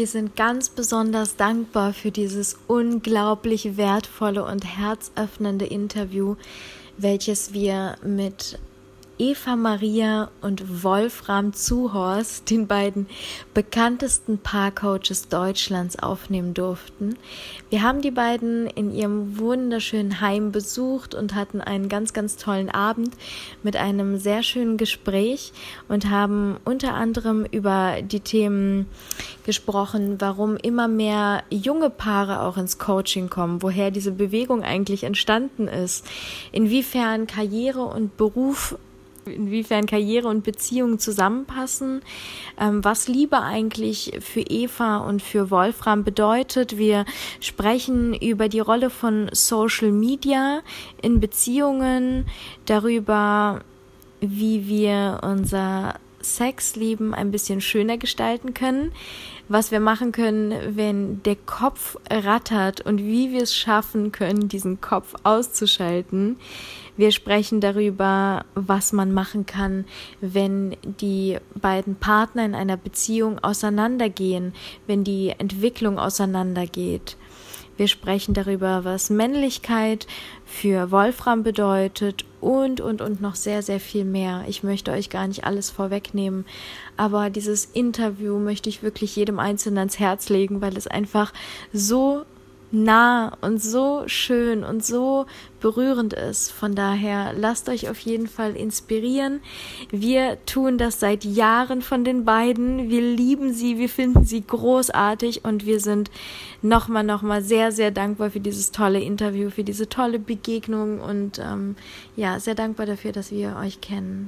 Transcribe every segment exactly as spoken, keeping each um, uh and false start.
wir sind ganz besonders dankbar für dieses unglaublich wertvolle und herzöffnende Interview, welches wir mit Eva Maria und Wolfram Zuhorst, den beiden bekanntesten Paarcoaches Deutschlands, aufnehmen durften. Wir haben die beiden in ihrem wunderschönen Heim besucht und hatten einen ganz, ganz tollen Abend mit einem sehr schönen Gespräch und haben unter anderem über die Themen gesprochen, warum immer mehr junge Paare auch ins Coaching kommen, woher diese Bewegung eigentlich entstanden ist, inwiefern Karriere und Beruf inwiefern Karriere und Beziehungen zusammenpassen, ähm, was Liebe eigentlich für Eva und für Wolfram bedeutet. Wir sprechen über die Rolle von Social Media in Beziehungen, darüber, wie wir unser Sexleben ein bisschen schöner gestalten können, was wir machen können, wenn der Kopf rattert und wie wir es schaffen können, diesen Kopf auszuschalten. Wir sprechen darüber, was man machen kann, wenn die beiden Partner in einer Beziehung auseinandergehen, wenn die Entwicklung auseinandergeht. Wir sprechen darüber, was Männlichkeit für Wolfram bedeutet und, und, und noch sehr, sehr viel mehr. Ich möchte euch gar nicht alles vorwegnehmen, aber dieses Interview möchte ich wirklich jedem Einzelnen ans Herz legen, weil es einfach so nah und so schön und so berührend ist. Von daher lasst euch auf jeden Fall inspirieren. Wir tun das seit Jahren von den beiden. Wir lieben sie, wir finden sie großartig und wir sind nochmal, nochmal sehr, sehr dankbar für dieses tolle Interview, für diese tolle Begegnung und ähm, ja, sehr dankbar dafür, dass wir euch kennen.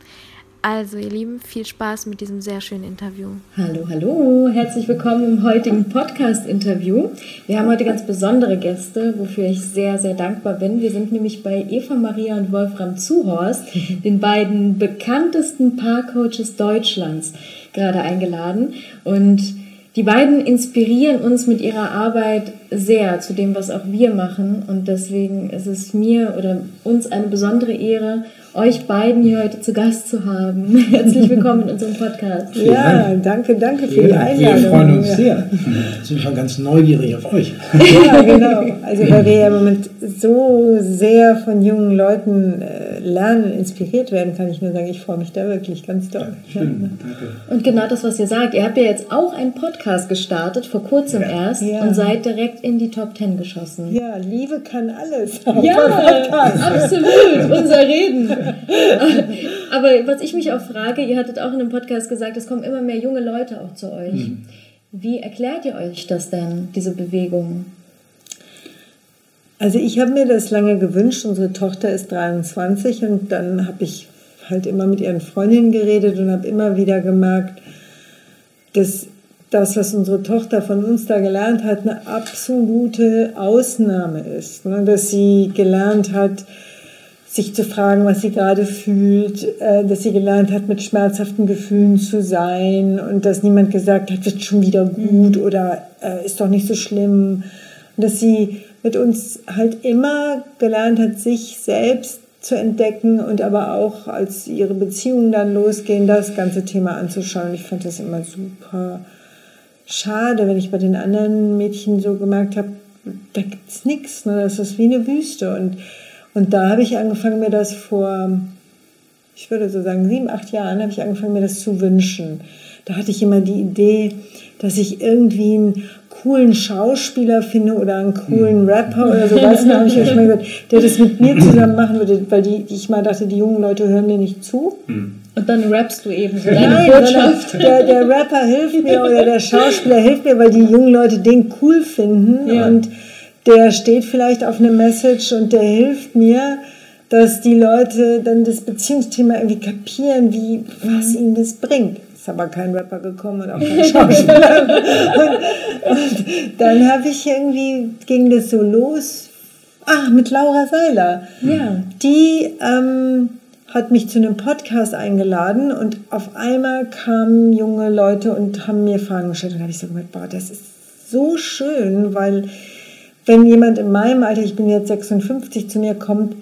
Also, ihr Lieben, viel Spaß mit diesem sehr schönen Interview. Hallo, hallo, herzlich willkommen im heutigen Podcast-Interview. Wir haben heute ganz besondere Gäste, wofür ich sehr, sehr dankbar bin. Wir sind nämlich bei Eva Maria und Wolfram Zuhorst, den beiden bekanntesten Paarcoaches Deutschlands, gerade eingeladen. Und die beiden inspirieren uns mit ihrer Arbeit sehr zu dem, was auch wir machen. Und deswegen ist es mir oder uns eine besondere Ehre, euch beiden hier heute zu Gast zu haben. Herzlich willkommen in unserem Podcast. Ja, danke, danke für die Einladung. Wir freuen uns sehr. Wir sind schon ganz neugierig auf euch. Ja, genau. Also weil wir ja im Moment so sehr von jungen Leuten äh, lernen, inspiriert werden, kann ich nur sagen, ich freue mich da wirklich ganz doll. Schön, danke. Und genau das, was ihr sagt, ihr habt ja jetzt auch einen Podcast gestartet, vor kurzem ja. erst, ja. und seid direkt in die Top Ten geschossen. Ja, Liebe kann alles. Ja, absolut, unser Reden. Aber was ich mich auch frage, ihr hattet auch in einem Podcast gesagt, es kommen immer mehr junge Leute auch zu euch. Mhm. Wie erklärt ihr euch das denn, diese Bewegung? Also ich habe mir das lange gewünscht, unsere Tochter ist dreiundzwanzig und dann habe ich halt immer mit ihren Freundinnen geredet und habe immer wieder gemerkt, dass das, was unsere Tochter von uns da gelernt hat, eine absolute Ausnahme ist. Ne? Dass sie gelernt hat, sich zu fragen, was sie gerade fühlt, äh, dass sie gelernt hat, mit schmerzhaften Gefühlen zu sein und dass niemand gesagt hat, wird schon wieder gut oder äh, ist doch nicht so schlimm. Und dass sie mit uns halt immer gelernt hat, sich selbst zu entdecken und aber auch, als ihre Beziehungen dann losgehen, das ganze Thema anzuschauen. Ich fand das immer super schade, wenn ich bei den anderen Mädchen so gemerkt habe, da gibt's nichts, ne? Das ist wie eine Wüste. Und Und da habe ich angefangen, mir das vor, ich würde so sagen, sieben, acht Jahren, habe ich angefangen, mir das zu wünschen. Da hatte ich immer die Idee, dass ich irgendwie einen coolen Schauspieler finde oder einen coolen Rapper oder sowas. Da habe ich euch mal gesagt, der das mit mir zusammen machen würde, weil die, ich mal dachte, die jungen Leute hören mir nicht zu. Und dann rappst du eben so deine Nein, Botschaft. Der, der Rapper hilft mir oder der Schauspieler hilft mir, weil die jungen Leute den cool finden. Ja. Und der steht vielleicht auf eine Message und der hilft mir, dass die Leute dann das Beziehungsthema irgendwie kapieren, wie, was ihnen das bringt. Ist aber kein Rapper gekommen und auch kein Schauspieler. und, und dann habe ich irgendwie, ging das so los, ah, mit Laura Seiler. Ja. Die ähm, hat mich zu einem Podcast eingeladen und auf einmal kamen junge Leute und haben mir Fragen gestellt. Und da habe ich so gedacht, boah, das ist so schön, weil wenn jemand in meinem Alter, ich bin jetzt sechsundfünfzig, zu mir kommt,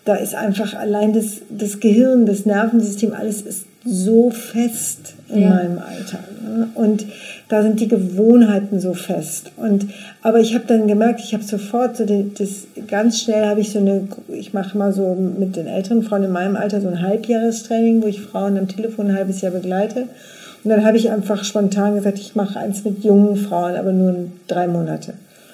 da ist einfach allein das, das Gehirn, das Nervensystem, alles ist so fest in ja. meinem Alter. Ne? Und da sind die Gewohnheiten so fest. Und, aber ich habe dann gemerkt, ich habe sofort, so die, das, ganz schnell habe ich so eine, ich mache mal so mit den älteren Frauen in meinem Alter so ein Halbjahrestraining, wo ich Frauen am Telefon ein halbes Jahr begleite. Und dann habe ich einfach spontan gesagt, ich mache eins mit jungen Frauen, aber nur drei Monate.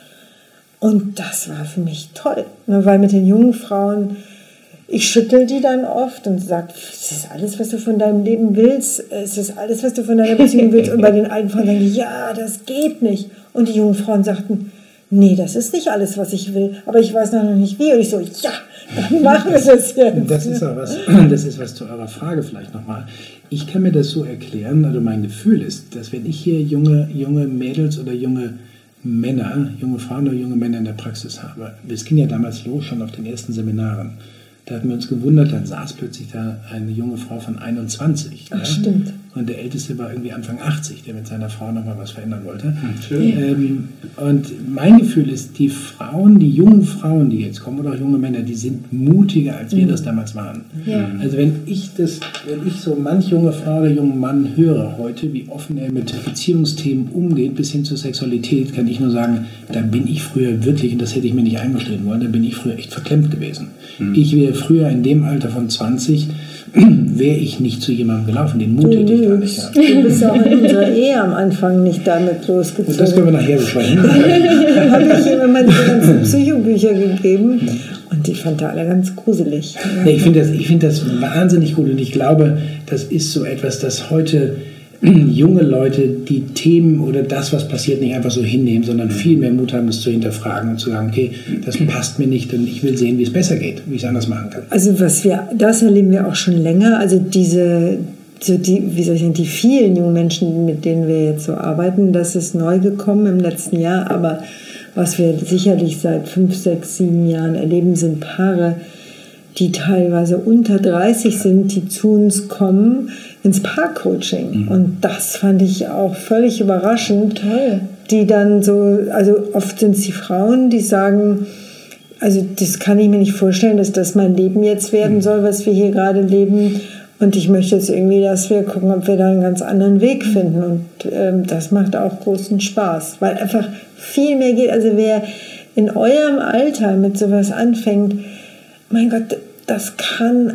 Und das war für mich toll, ne? Weil mit den jungen Frauen, ich schüttel die dann oft und sage, ist das alles, was du von deinem Leben willst? Ist das alles, was du von deiner Beziehung willst? Und bei den alten Frauen sagen die, ja, das geht nicht. Und die jungen Frauen sagten, nee, das ist nicht alles, was ich will, aber ich weiß noch nicht wie. Und ich so, ja, dann machen wir das jetzt. Das ist auch was, das ist was zu eurer Frage vielleicht nochmal. Ich kann mir das so erklären, also mein Gefühl ist, dass wenn ich hier junge, junge Mädels oder junge Männer, junge Frauen oder junge Männer in der Praxis habe, das ging ja damals los, schon auf den ersten Seminaren. Da hatten wir uns gewundert, dann saß plötzlich da eine junge Frau von einundzwanzig. Ach, ja? Stimmt. Und der Älteste war irgendwie Anfang achtzig, der mit seiner Frau nochmal was verändern wollte. Schön. Ähm, und mein Gefühl ist, die Frauen, die jungen Frauen, die jetzt kommen, oder auch junge Männer, die sind mutiger, als wir mhm. das damals waren. Ja. Also wenn ich das, wenn ich so manch junge Frau oder jungen Mann höre heute, wie offen er mit Beziehungsthemen umgeht, bis hin zur Sexualität, kann ich nur sagen, da bin ich früher wirklich, und das hätte ich mir nicht eingestehen wollen, da bin ich früher echt verklemmt gewesen. Mhm. Ich wäre früher in dem Alter von zwanzig, wäre ich nicht zu jemandem gelaufen, den Mut hätte ich gar nicht gehabt. Du bist auch in unserer Ehe am Anfang nicht damit losgezogen. Das können wir nachher besprechen. Dann habe ich ihm immer diese ganzen Psychobücher gegeben und die fand er alle ganz gruselig. Nee, ich finde das, ich find das wahnsinnig gut und ich glaube, das ist so etwas, das heute junge Leute die Themen oder das, was passiert, nicht einfach so hinnehmen, sondern viel mehr Mut haben, das zu hinterfragen und zu sagen, okay, das passt mir nicht und ich will sehen, wie es besser geht, wie ich es anders machen kann. Also was wir, das erleben wir auch schon länger, also diese, so die, wie soll ich sagen, die vielen jungen Menschen, mit denen wir jetzt so arbeiten, das ist neu gekommen im letzten Jahr, aber was wir sicherlich seit fünf, sechs, sieben Jahren erleben, sind Paare, die teilweise unter dreißig sind, die zu uns kommen ins Paarcoaching. Mhm. Und das fand ich auch völlig überraschend. Toll. Die dann so, also oft sind es die Frauen, die sagen, also das kann ich mir nicht vorstellen, dass das mein Leben jetzt werden mhm. soll, was wir hier gerade leben. Und ich möchte jetzt irgendwie, dass wir gucken, ob wir da einen ganz anderen Weg finden. Und ähm, das macht auch großen Spaß, weil einfach viel mehr geht. Also wer in eurem Alter mit sowas anfängt, mein Gott, das kann,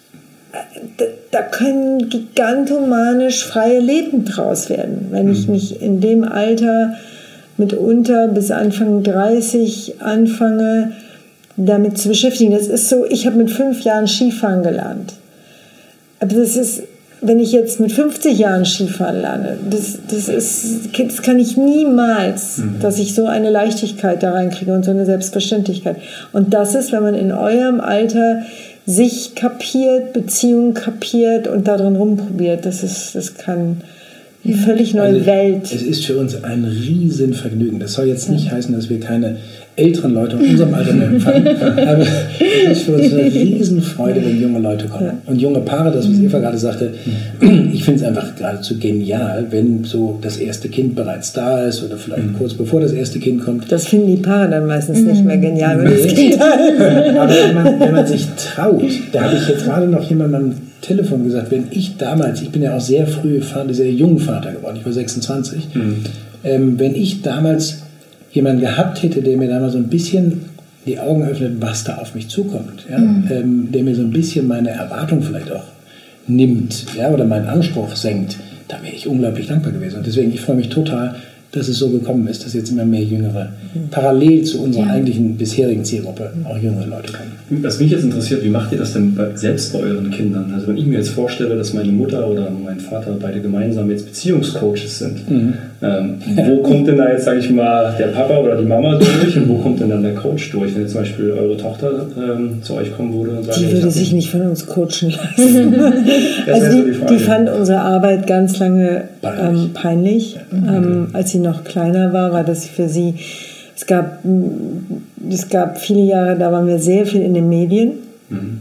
da können gigantomanisch freie Leben draus werden. Wenn ich mich in dem Alter mitunter bis Anfang dreißig anfange, damit zu beschäftigen. Das ist so, ich habe mit fünf Jahren Skifahren gelernt. Aber das ist, wenn ich jetzt mit fünfzig Jahren Skifahren lerne, das, das, ist, das kann ich niemals, mhm. dass ich so eine Leichtigkeit da reinkriege und so eine Selbstverständlichkeit. Und das ist, wenn man in eurem Alter sich kapiert, Beziehungen kapiert und darin rumprobiert, das, ist, das kann eine völlig neue also, Welt. Es ist für uns ein Riesenvergnügen. Das soll jetzt nicht ja. heißen, dass wir keine älteren Leute in unserem Alter mehr empfangen. Aber es ist für uns eine Riesenfreude, wenn junge Leute kommen. Ja. Und junge Paare, das, was Eva gerade sagte, ich finde es einfach geradezu genial, wenn so das erste Kind bereits da ist oder vielleicht mhm. kurz bevor das erste Kind kommt. Das finden die Paare dann meistens mhm. nicht mehr genial, wenn nee. das Kind da ist. Aber wenn man, wenn man sich traut, da habe ich jetzt gerade noch jemandem am Telefon gesagt, wenn ich damals, ich bin ja auch sehr früh, sehr jung Vater geworden, ich war sechsundzwanzig, mhm. ähm, wenn ich damals jemanden gehabt hätte, der mir da mal so ein bisschen die Augen öffnet, was da auf mich zukommt, ja? mhm. ähm, der mir so ein bisschen meine Erwartung vielleicht auch nimmt, ja? oder meinen Anspruch senkt, da wäre ich unglaublich dankbar gewesen. Und deswegen, ich freue mich total, dass es so gekommen ist, dass jetzt immer mehr Jüngere mhm. parallel zu unserer ja. eigentlichen bisherigen Zielgruppe auch jüngere Leute kommen. Was mich jetzt interessiert, wie macht ihr das denn bei, selbst bei euren Kindern? Also wenn ich mir jetzt vorstelle, dass meine Mutter oder mein Vater beide gemeinsam jetzt Beziehungscoaches sind, mhm. ähm, wo kommt denn da jetzt, sage ich mal, der Papa oder die Mama durch und wo kommt denn dann der Coach durch? Wenn jetzt zum Beispiel eure Tochter ähm, zu euch kommen würde und sagen, die würde sich nicht von uns coachen lassen. Also die, die, die fand unsere Arbeit ganz lange ähm, peinlich. Ja. Ähm, als sie noch kleiner war, war das für sie, es gab, es gab viele Jahre, da waren wir sehr viel in den Medien. Mhm.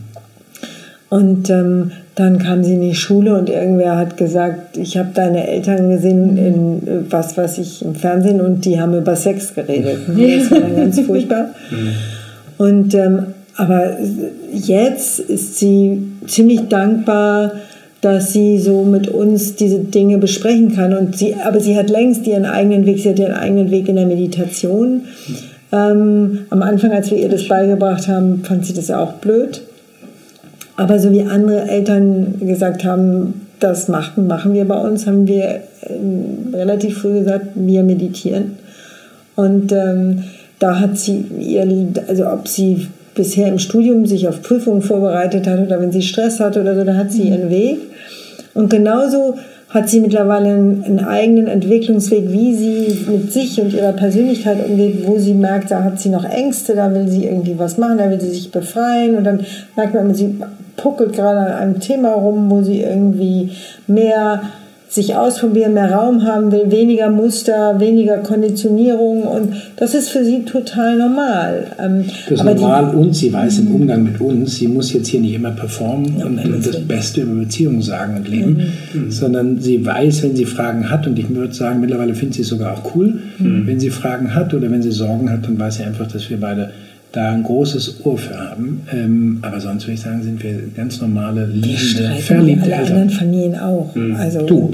Und ähm, dann kam sie in die Schule und irgendwer hat gesagt, ich habe deine Eltern gesehen in was weiß ich im Fernsehen und die haben über Sex geredet. Das war dann ganz furchtbar. Mhm. Und ähm, aber jetzt ist sie ziemlich dankbar, dass sie so mit uns diese Dinge besprechen kann. Und sie, aber sie hat längst ihren eigenen Weg, sie hat ihren eigenen Weg in der Meditation. Ähm, am Anfang, als wir ihr das beigebracht haben, fand sie das auch blöd. Aber so wie andere Eltern gesagt haben, das machen, machen wir bei uns, haben wir ähm, relativ früh gesagt, wir meditieren. Und ähm, da hat sie ihr, also ob sie bisher im Studium sich auf Prüfungen vorbereitet hat oder wenn sie Stress hatte oder so, da hat sie ihren Weg. Und genauso hat sie mittlerweile einen, einen eigenen Entwicklungsweg, wie sie mit sich und ihrer Persönlichkeit umgeht, wo sie merkt, da hat sie noch Ängste, da will sie irgendwie was machen, da will sie sich befreien und dann merkt man, sie puckelt gerade an einem Thema rum, wo sie irgendwie mehr sich ausprobieren, mehr Raum haben will, weniger Muster, weniger Konditionierung und das ist für sie total normal. Ähm, das ist aber normal die, und sie weiß im Umgang mit uns, sie muss jetzt hier nicht immer performen ja, und, und das Beste über Beziehungen sagen und leben, mhm. sondern sie weiß, wenn sie Fragen hat und ich würde sagen, mittlerweile findet sie es sogar auch cool, mhm. wenn sie Fragen hat oder wenn sie Sorgen hat, dann weiß sie einfach, dass wir beide da ein großes Ohr für haben. Ähm, aber sonst würde ich sagen, sind wir ganz normale, liebende, verliebte alle Eltern. anderen Familien auch. Mhm. Also du.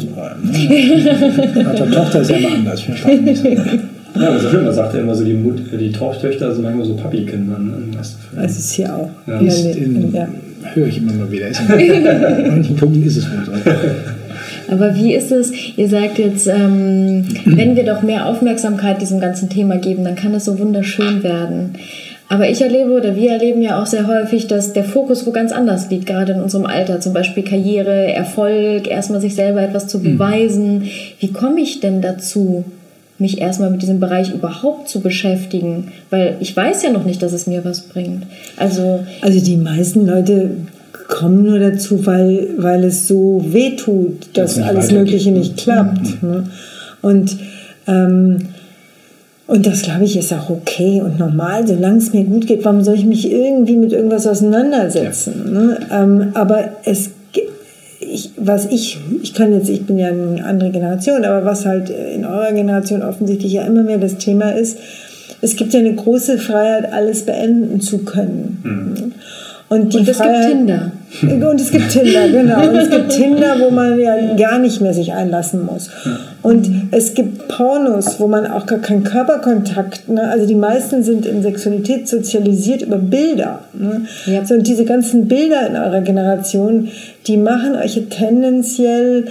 Unsere Tochter ist ja immer anders. Wir schauen nicht so. Ja, aber so schön, man sagt ja immer so, die, Mut, die Tochter sind manchmal so Papi-Kinder. Ne? Das ist hier auch. Ja. Ist in, ja. Höre ich immer mal wieder. In manchen Punkten ist es wohl so. Aber wie ist es, ihr sagt jetzt, ähm, wenn wir doch mehr Aufmerksamkeit diesem ganzen Thema geben, dann kann es so wunderschön werden. Aber ich erlebe oder wir erleben ja auch sehr häufig, dass der Fokus wo ganz anders liegt, gerade in unserem Alter. Zum Beispiel Karriere, Erfolg, erstmal sich selber etwas zu beweisen. Wie komme ich denn dazu, mich erstmal mit diesem Bereich überhaupt zu beschäftigen? Weil ich weiß ja noch nicht, dass es mir was bringt. Also, also die meisten Leute kommen nur dazu, weil, weil es so weh tut, dass alles Mögliche nicht klappt. Mhm. Ne? Und ähm, Und das, glaube ich, ist auch okay und normal, solange es mir gut geht. Warum soll ich mich irgendwie mit irgendwas auseinandersetzen? Ja. Ne? Ähm, aber es, ich, was ich, ich kann jetzt, ich bin ja eine andere Generation, aber was halt in eurer Generation offensichtlich ja immer mehr das Thema ist, es gibt ja eine große Freiheit, alles beenden zu können. Mhm. Und, die und es Freiheit, gibt Tinder. Und es gibt Tinder, genau. Und es gibt Tinder, wo man ja gar nicht mehr sich einlassen muss. Und es gibt Pornos, wo man auch gar keinen Körperkontakt, ne? Also die meisten sind in Sexualität sozialisiert über Bilder. Ne? Ja. So, und diese ganzen Bilder in eurer Generation, die machen euch tendenziell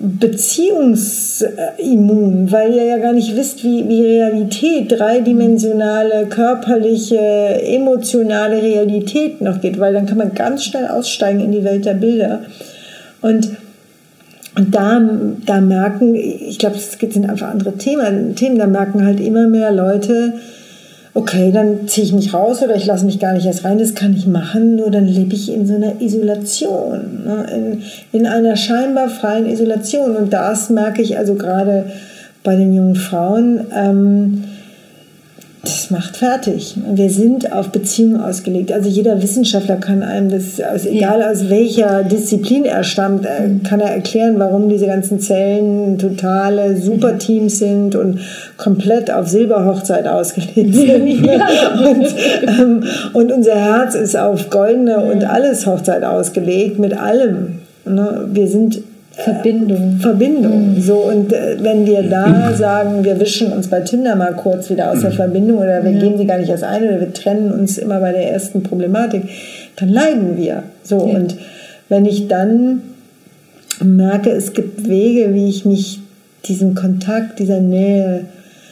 beziehungsimmun, weil ihr ja gar nicht wisst, wie, wie Realität, dreidimensionale, körperliche, emotionale Realität noch geht, weil dann kann man ganz schnell aussteigen in die Welt der Bilder. Und, und da, da merken, ich glaube, es sind einfach andere Themen, Themen, da merken halt immer mehr Leute, okay, dann ziehe ich mich raus oder ich lasse mich gar nicht erst rein, das kann ich machen, nur dann lebe ich in so einer Isolation, ne? in, in einer scheinbar freien Isolation. Und das merke ich also gerade bei den jungen Frauen, ähm, das macht fertig. Wir sind auf Beziehungen ausgelegt. Also jeder Wissenschaftler kann einem das, also egal aus welcher Disziplin er stammt, kann er erklären, warum diese ganzen Zellen totale Superteams sind und komplett auf Silberhochzeit ausgelegt sind. Ja. Und, ähm, und unser Herz ist auf goldene und alles Hochzeit ausgelegt, mit allem. Ne? Wir sind Verbindung. Verbindung. So, und äh, wenn wir da sagen, wir wischen uns bei Tinder mal kurz wieder aus der Verbindung oder wir ja. gehen sie gar nicht erst ein oder wir trennen uns immer bei der ersten Problematik, dann leiden wir. So, ja. Und wenn ich dann merke, es gibt Wege, wie ich mich diesem Kontakt, dieser Nähe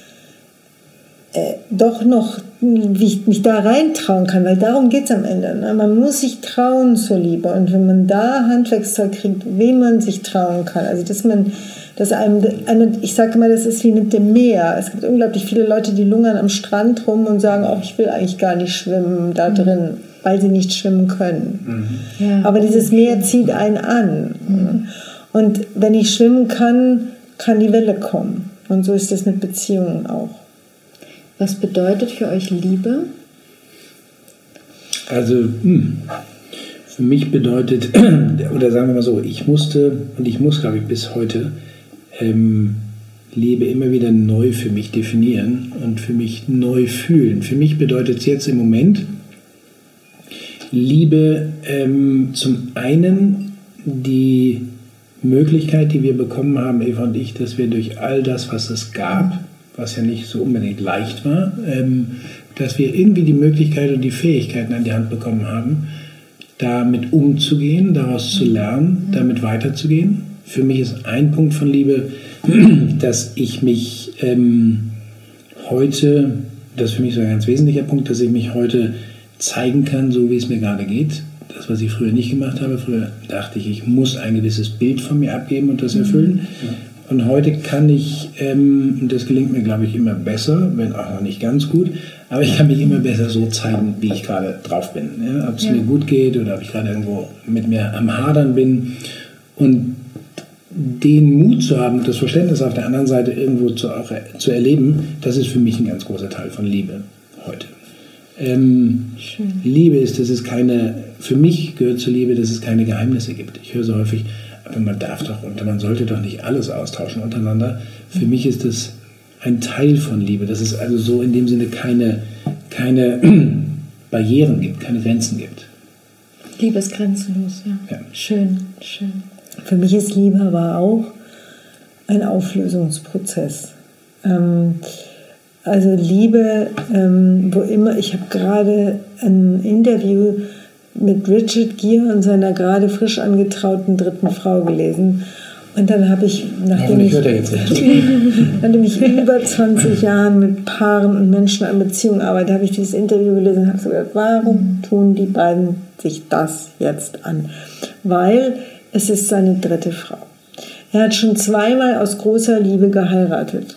äh, doch noch, wie ich mich da reintrauen kann, weil darum geht es am Ende. Ne? Man muss sich trauen zur Liebe. Und wenn man da Handwerkszeug kriegt, wem man sich trauen kann, also dass man, dass einem, ich sage immer, das ist wie mit dem Meer. Es gibt unglaublich viele Leute, die lungern am Strand rum und sagen, oh, ich will eigentlich gar nicht schwimmen da drin, mhm. weil sie nicht schwimmen können. Mhm. Ja. Aber dieses Meer zieht einen an. Mhm. Und wenn ich schwimmen kann, kann die Welle kommen. Und so ist das mit Beziehungen auch. Was bedeutet für euch Liebe? Also, für mich bedeutet, oder sagen wir mal so, ich musste, und ich muss, glaube ich, bis heute, ähm, Liebe immer wieder neu für mich definieren und für mich neu fühlen. Für mich bedeutet es jetzt im Moment, Liebe ähm, zum einen die Möglichkeit, die wir bekommen haben, Eva und ich, dass wir durch all das, was es gab, was ja nicht so unbedingt leicht war, ähm, dass wir irgendwie die Möglichkeit und die Fähigkeiten an die Hand bekommen haben, damit umzugehen, daraus zu lernen, damit weiterzugehen. Für mich ist ein Punkt von Liebe, dass ich mich ähm, heute, das ist für mich so ein ganz wesentlicher Punkt, dass ich mich heute zeigen kann, so wie es mir gerade geht. Das, was ich früher nicht gemacht habe. Früher dachte ich, ich muss ein gewisses Bild von mir abgeben und das erfüllen. Ja. Und heute kann ich, ähm, und das gelingt mir, glaube ich, immer besser, wenn auch noch nicht ganz gut, aber ich kann mich immer besser so zeigen, wie ich gerade drauf bin. Ja? Ob es ja. mir gut geht oder ob ich gerade irgendwo mit mir am Hadern bin. Und den Mut zu haben, das Verständnis auf der anderen Seite irgendwo zu, auch, zu erleben, das ist für mich ein ganz großer Teil von Liebe heute. Ähm, Liebe ist, dass es keine, für mich gehört zur Liebe, dass es keine Geheimnisse gibt. Ich höre so häufig, aber man darf doch und man sollte doch nicht alles austauschen untereinander. Für mich ist das ein Teil von Liebe, dass es also so in dem Sinne keine, keine Barrieren gibt, keine Grenzen gibt. Liebe ist grenzenlos, ja. ja. Schön, schön. Für mich ist Liebe aber auch ein Auflösungsprozess. Ähm, also Liebe, ähm, wo immer, ich habe gerade ein Interview mit Richard Gere und seiner gerade frisch angetrauten dritten Frau gelesen. Und dann habe ich, nachdem ich, nachdem ich über zwanzig Jahren mit Paaren und Menschen an Beziehungen arbeite, habe ich dieses Interview gelesen und habe so gedacht, warum tun die beiden sich das jetzt an? Weil es ist seine dritte Frau. Er hat schon zweimal aus großer Liebe geheiratet.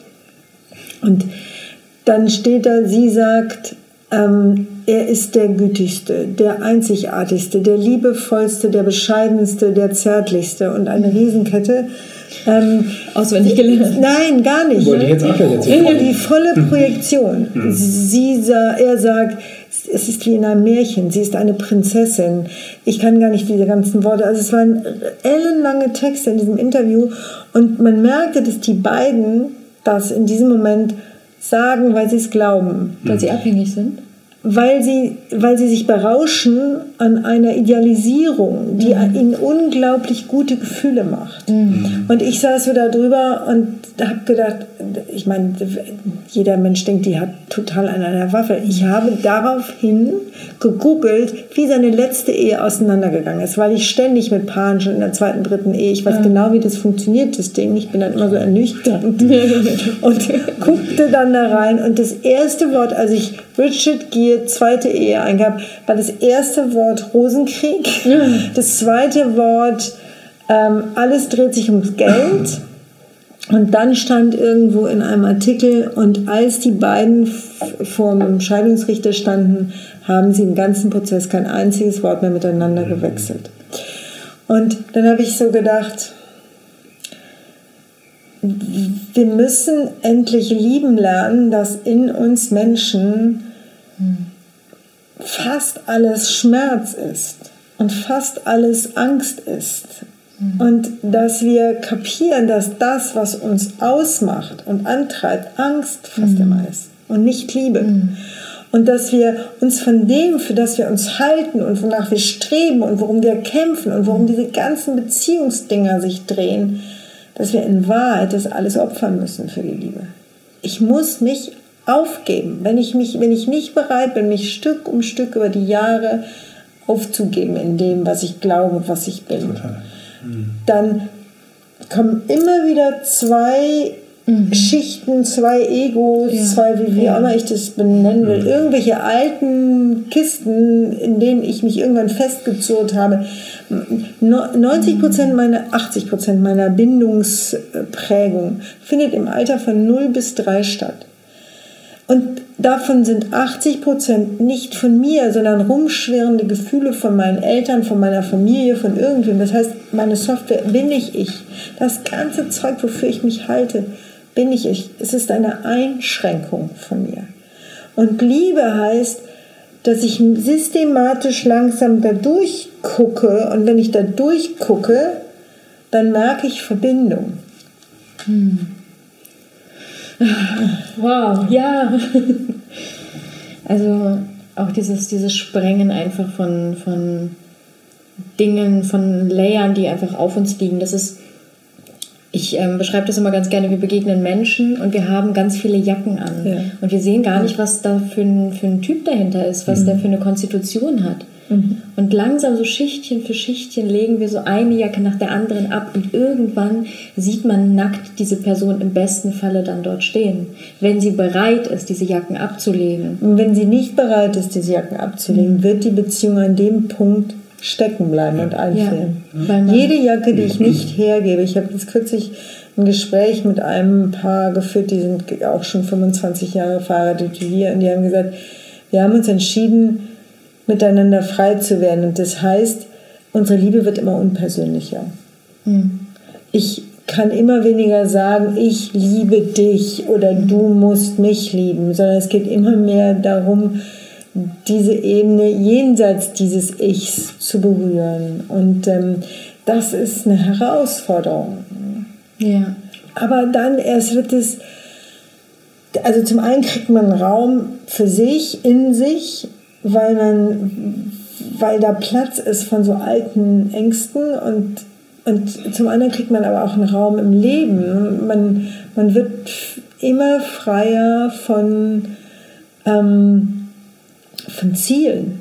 Und dann steht da, sie sagt, ähm, er ist der Gütigste, der Einzigartigste, der Liebevollste, der Bescheidenste, der Zärtlichste und eine Riesenkette. Ähm, Auswendig gelernt? Nein, gar nicht. Wollte ich jetzt auch erzählen. Die volle Projektion. Sie, er sagt, es ist wie in einem Märchen, sie ist eine Prinzessin. Ich kann gar nicht diese ganzen Worte, also es waren ellenlange Texte in diesem Interview und man merkte, dass die beiden das in diesem Moment sagen, weil sie es glauben. Weil sie abhängig sind? Weil sie, weil sie sich berauschen an einer Idealisierung, die mhm. ihnen unglaublich gute Gefühle macht. Mhm. Und ich saß so da drüber und habe gedacht, ich meine, jeder Mensch denkt, die hat total an einer Waffe. Ich habe daraufhin gegoogelt, wie seine letzte Ehe auseinandergegangen ist, weil ich ständig mit Paaren schon in der zweiten, dritten Ehe, ich weiß mhm. genau, wie das funktioniert, das Ding. Ich bin dann immer so ernüchtert und guckte dann da rein. Und das erste Wort, als ich Richard Gere zweite Ehe eingab, war das erste Wort Rosenkrieg, mhm. das zweite Wort ähm, alles dreht sich ums Geld. Und dann stand irgendwo in einem Artikel, und als die beiden vor dem Scheidungsrichter standen, haben sie im ganzen Prozess kein einziges Wort mehr miteinander gewechselt. Und dann habe ich so gedacht, wir müssen endlich lieben lernen, dass in uns Menschen fast alles Schmerz ist und fast alles Angst ist. Und dass wir kapieren, dass das, was uns ausmacht und antreibt, Angst fast mhm. immer ist und nicht Liebe. Mhm. Und dass wir uns von dem, für das wir uns halten und wonach wir streben und worum wir kämpfen und worum diese ganzen Beziehungsdinger sich drehen, dass wir in Wahrheit das alles opfern müssen für die Liebe. Ich muss mich aufgeben, wenn ich, mich, wenn ich nicht bereit bin, mich Stück um Stück über die Jahre aufzugeben in dem, was ich glaube, was ich bin. Total. Dann kommen immer wieder zwei mhm. Schichten, zwei Egos, ja. zwei, wie, wie ja. auch immer ich das benennen will, irgendwelche alten Kisten, in denen ich mich irgendwann festgezurrt habe. neunzig Prozent meiner, achtzig Prozent meiner Bindungsprägung findet im Alter von null bis drei statt. Und davon sind achtzig Prozent nicht von mir, sondern rumschwirrende Gefühle von meinen Eltern, von meiner Familie, von irgendwem. Das heißt, meine Software bin ich ich. Das ganze Zeug, wofür ich mich halte, bin ich ich. Es ist eine Einschränkung von mir. Und Liebe heißt, dass ich systematisch langsam da durchgucke. Und wenn ich da durchgucke, dann merke ich Verbindung. Hm. Wow, ja. Also auch dieses, dieses Sprengen einfach von, von Dingen, von Layern, die einfach auf uns liegen. Das ist, ich ähm, beschreibe das immer ganz gerne, wir begegnen Menschen und wir haben ganz viele Jacken an. Ja. Und wir sehen gar nicht, was da für ein, für ein Typ dahinter ist, was mhm. der für eine Konstitution hat. Mhm. Und langsam so Schichtchen für Schichtchen legen wir so eine Jacke nach der anderen ab und irgendwann sieht man nackt diese Person im besten Falle dann dort stehen, wenn sie bereit ist, diese Jacken abzulegen. Und wenn sie nicht bereit ist, diese Jacken abzulegen, mhm. wird die Beziehung an dem Punkt stecken bleiben und einfrieren. Ja, jede Jacke, die ich nicht hergebe, ich habe jetzt kürzlich ein Gespräch mit einem Paar geführt, die sind auch schon fünfundzwanzig Jahre verheiratet wie wir, und die haben gesagt, wir haben uns entschieden, miteinander frei zu werden, und das heißt, unsere Liebe wird immer unpersönlicher. Mhm. Ich kann immer weniger sagen, ich liebe dich oder du musst mich lieben, sondern es geht immer mehr darum, diese Ebene jenseits dieses Ichs zu berühren. Und ähm, das ist eine Herausforderung. Ja. Aber dann erst wird es, also zum einen kriegt man Raum für sich, in sich, weil man, weil da Platz ist von so alten Ängsten, und, und zum anderen kriegt man aber auch einen Raum im Leben. Man, man wird immer freier von ähm, von Zielen.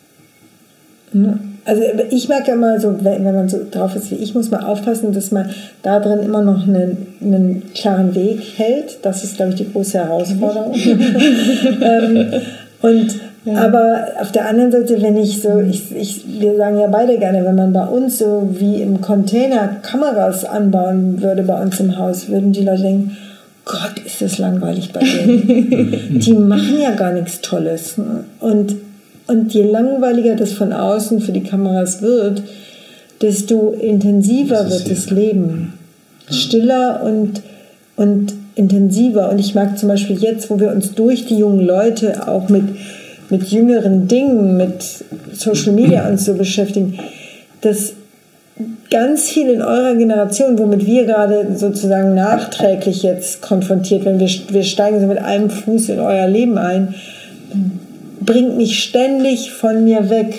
Also ich merke ja immer so, wenn man so drauf ist wie ich, muss man aufpassen, dass man da drin immer noch einen, einen klaren Weg hält. Das ist, glaube ich, die große Herausforderung. ähm, und ja. Aber auf der anderen Seite, wenn ich so, ich, ich, wir sagen ja beide gerne, wenn man bei uns so wie im Container Kameras anbauen würde bei uns im Haus, würden die Leute denken, Gott, ist das langweilig bei denen. Die machen ja gar nichts Tolles. Und, und je langweiliger das von außen für die Kameras wird, desto intensiver wird das Leben. Stiller und, und intensiver. Und ich mag zum Beispiel jetzt, wo wir uns durch die jungen Leute auch mit, mit jüngeren Dingen, mit Social Media uns so beschäftigen, dass ganz viel in eurer Generation, womit wir gerade sozusagen nachträglich jetzt konfrontiert werden, wir, wir steigen so mit einem Fuß in euer Leben ein, bringt mich ständig von mir weg.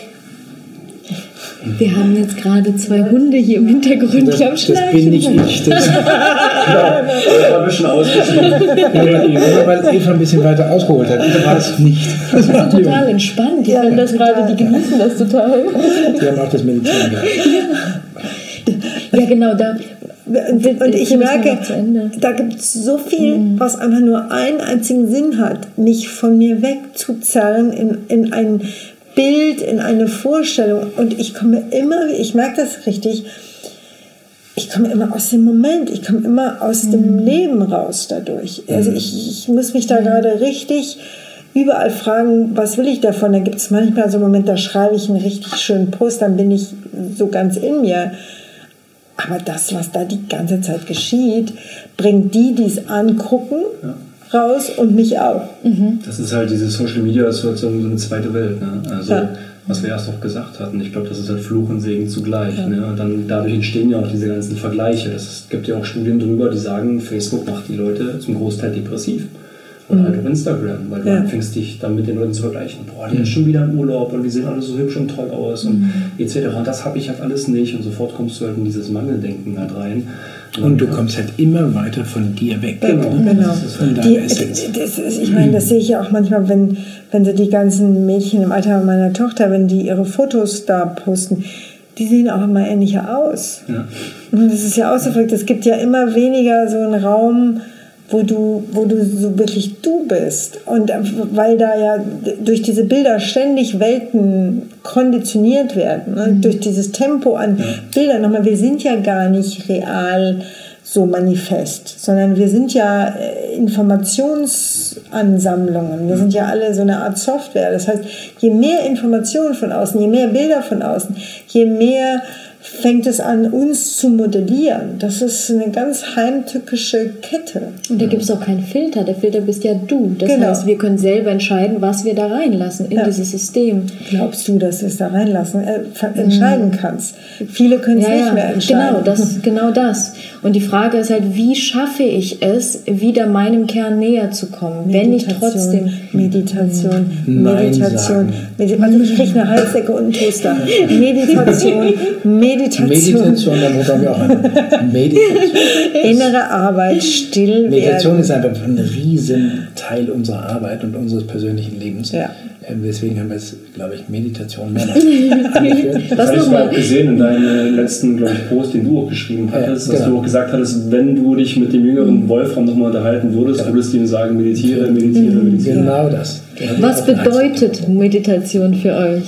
Wir haben jetzt gerade zwei Hunde hier im Hintergrund, das, die am Schnarchen. Das bin nicht ich. Das ja, das war ein bisschen ausgeschrieben. Ja, weil Eva ein bisschen weiter ausgeholt hat. Ich weiß nicht. Das ist so total entspannt. Die ja, das gerade, die genießen das total. Die haben auch das Medizin gehabt. Ja. ja, genau. Da, und, und ich merke, da gibt es so viel, mhm. was einfach nur einen einzigen Sinn hat, mich von mir wegzuzerren in, in ein Bild, in eine Vorstellung, und ich komme immer, ich merke das richtig, ich komme immer aus dem Moment, ich komme immer aus mhm. dem Leben raus dadurch. Also ich, ich muss mich da gerade richtig überall fragen, was will ich davon? Da gibt es manchmal so einen Moment, da schreibe ich einen richtig schönen Post, dann bin ich so ganz in mir. Aber das, was da die ganze Zeit geschieht, bringt die, die es angucken, ja. raus, und mich auch. Mhm. Das ist halt diese Social Media, ist halt so eine zweite Welt. Ne? Also, ja. was wir erst auch gesagt hatten, ich glaube, das ist halt Fluch und Segen zugleich. Ja. Ne? Und dann, dadurch entstehen ja auch diese ganzen Vergleiche. Es gibt ja auch Studien drüber, die sagen, Facebook macht die Leute zum Großteil depressiv. Oder mhm. halt auf Instagram, weil du ja. anfängst, dich dann mit den Leuten zu vergleichen. Boah, die mhm. ist schon wieder im Urlaub und die sehen alle so hübsch und toll aus und mhm. et cetera. Und das habe ich halt alles nicht. Und sofort kommst du halt in dieses Mangeldenken halt rein. Und, und du kommst halt immer weiter von dir weg. Genau, ne? genau. Das ist von die, das ist, ich meine, das sehe ich ja auch manchmal, wenn, wenn so die ganzen Mädchen im Alter meiner Tochter, wenn die ihre Fotos da posten, die sehen auch immer ähnlicher aus. Ja. Und das ist ja auch so verrückt. Es gibt ja immer weniger so einen Raum, wo du, wo du so wirklich du bist. Und weil da ja durch diese Bilder ständig Welten konditioniert werden, ne? Mhm. durch dieses Tempo an ja. Bildern. Nochmal, wir sind ja gar nicht real so manifest, sondern wir sind ja Informationsansammlungen. Wir sind ja alle so eine Art Software. Das heißt, je mehr Informationen von außen, je mehr Bilder von außen, je mehr fängt es an, uns zu modellieren. Das ist eine ganz heimtückische Kette. Und da gibt es auch keinen Filter. Der Filter bist ja du. Das Genau. heißt, wir können selber entscheiden, was wir da reinlassen in Ja. dieses System. Glaubst du, dass du es da reinlassen, äh, entscheiden kannst? Viele können es Ja, nicht ja, mehr entscheiden. genau das, genau das. Und die Frage ist halt, wie schaffe ich es, wieder meinem Kern näher zu kommen, wenn ich trotzdem... Meditation, Nein Meditation, sagen. Medi- Warte, ich kriege eine Halsdecke und einen Toaster. Meditation, Meditation, Meditation, da brauchen wir auch eine Meditation. innere Arbeit, still Meditation werden. ist einfach ein riesen Teil unserer Arbeit und unseres persönlichen Lebens. Ja. Ähm, Deswegen haben wir es, glaube ich, Meditation mehr noch angeführt. Das habe ich mal gesehen in deinem letzten, glaube ich, Post, den du auch geschrieben hattest, Ja, dass genau. du auch gesagt hattest, wenn du dich mit dem jüngeren Wolfram nochmal unterhalten würdest, würdest du ihm sagen, meditiere, meditiere, meditiere. Genau das. Der hat Was auch eine bedeutet Meditation für euch?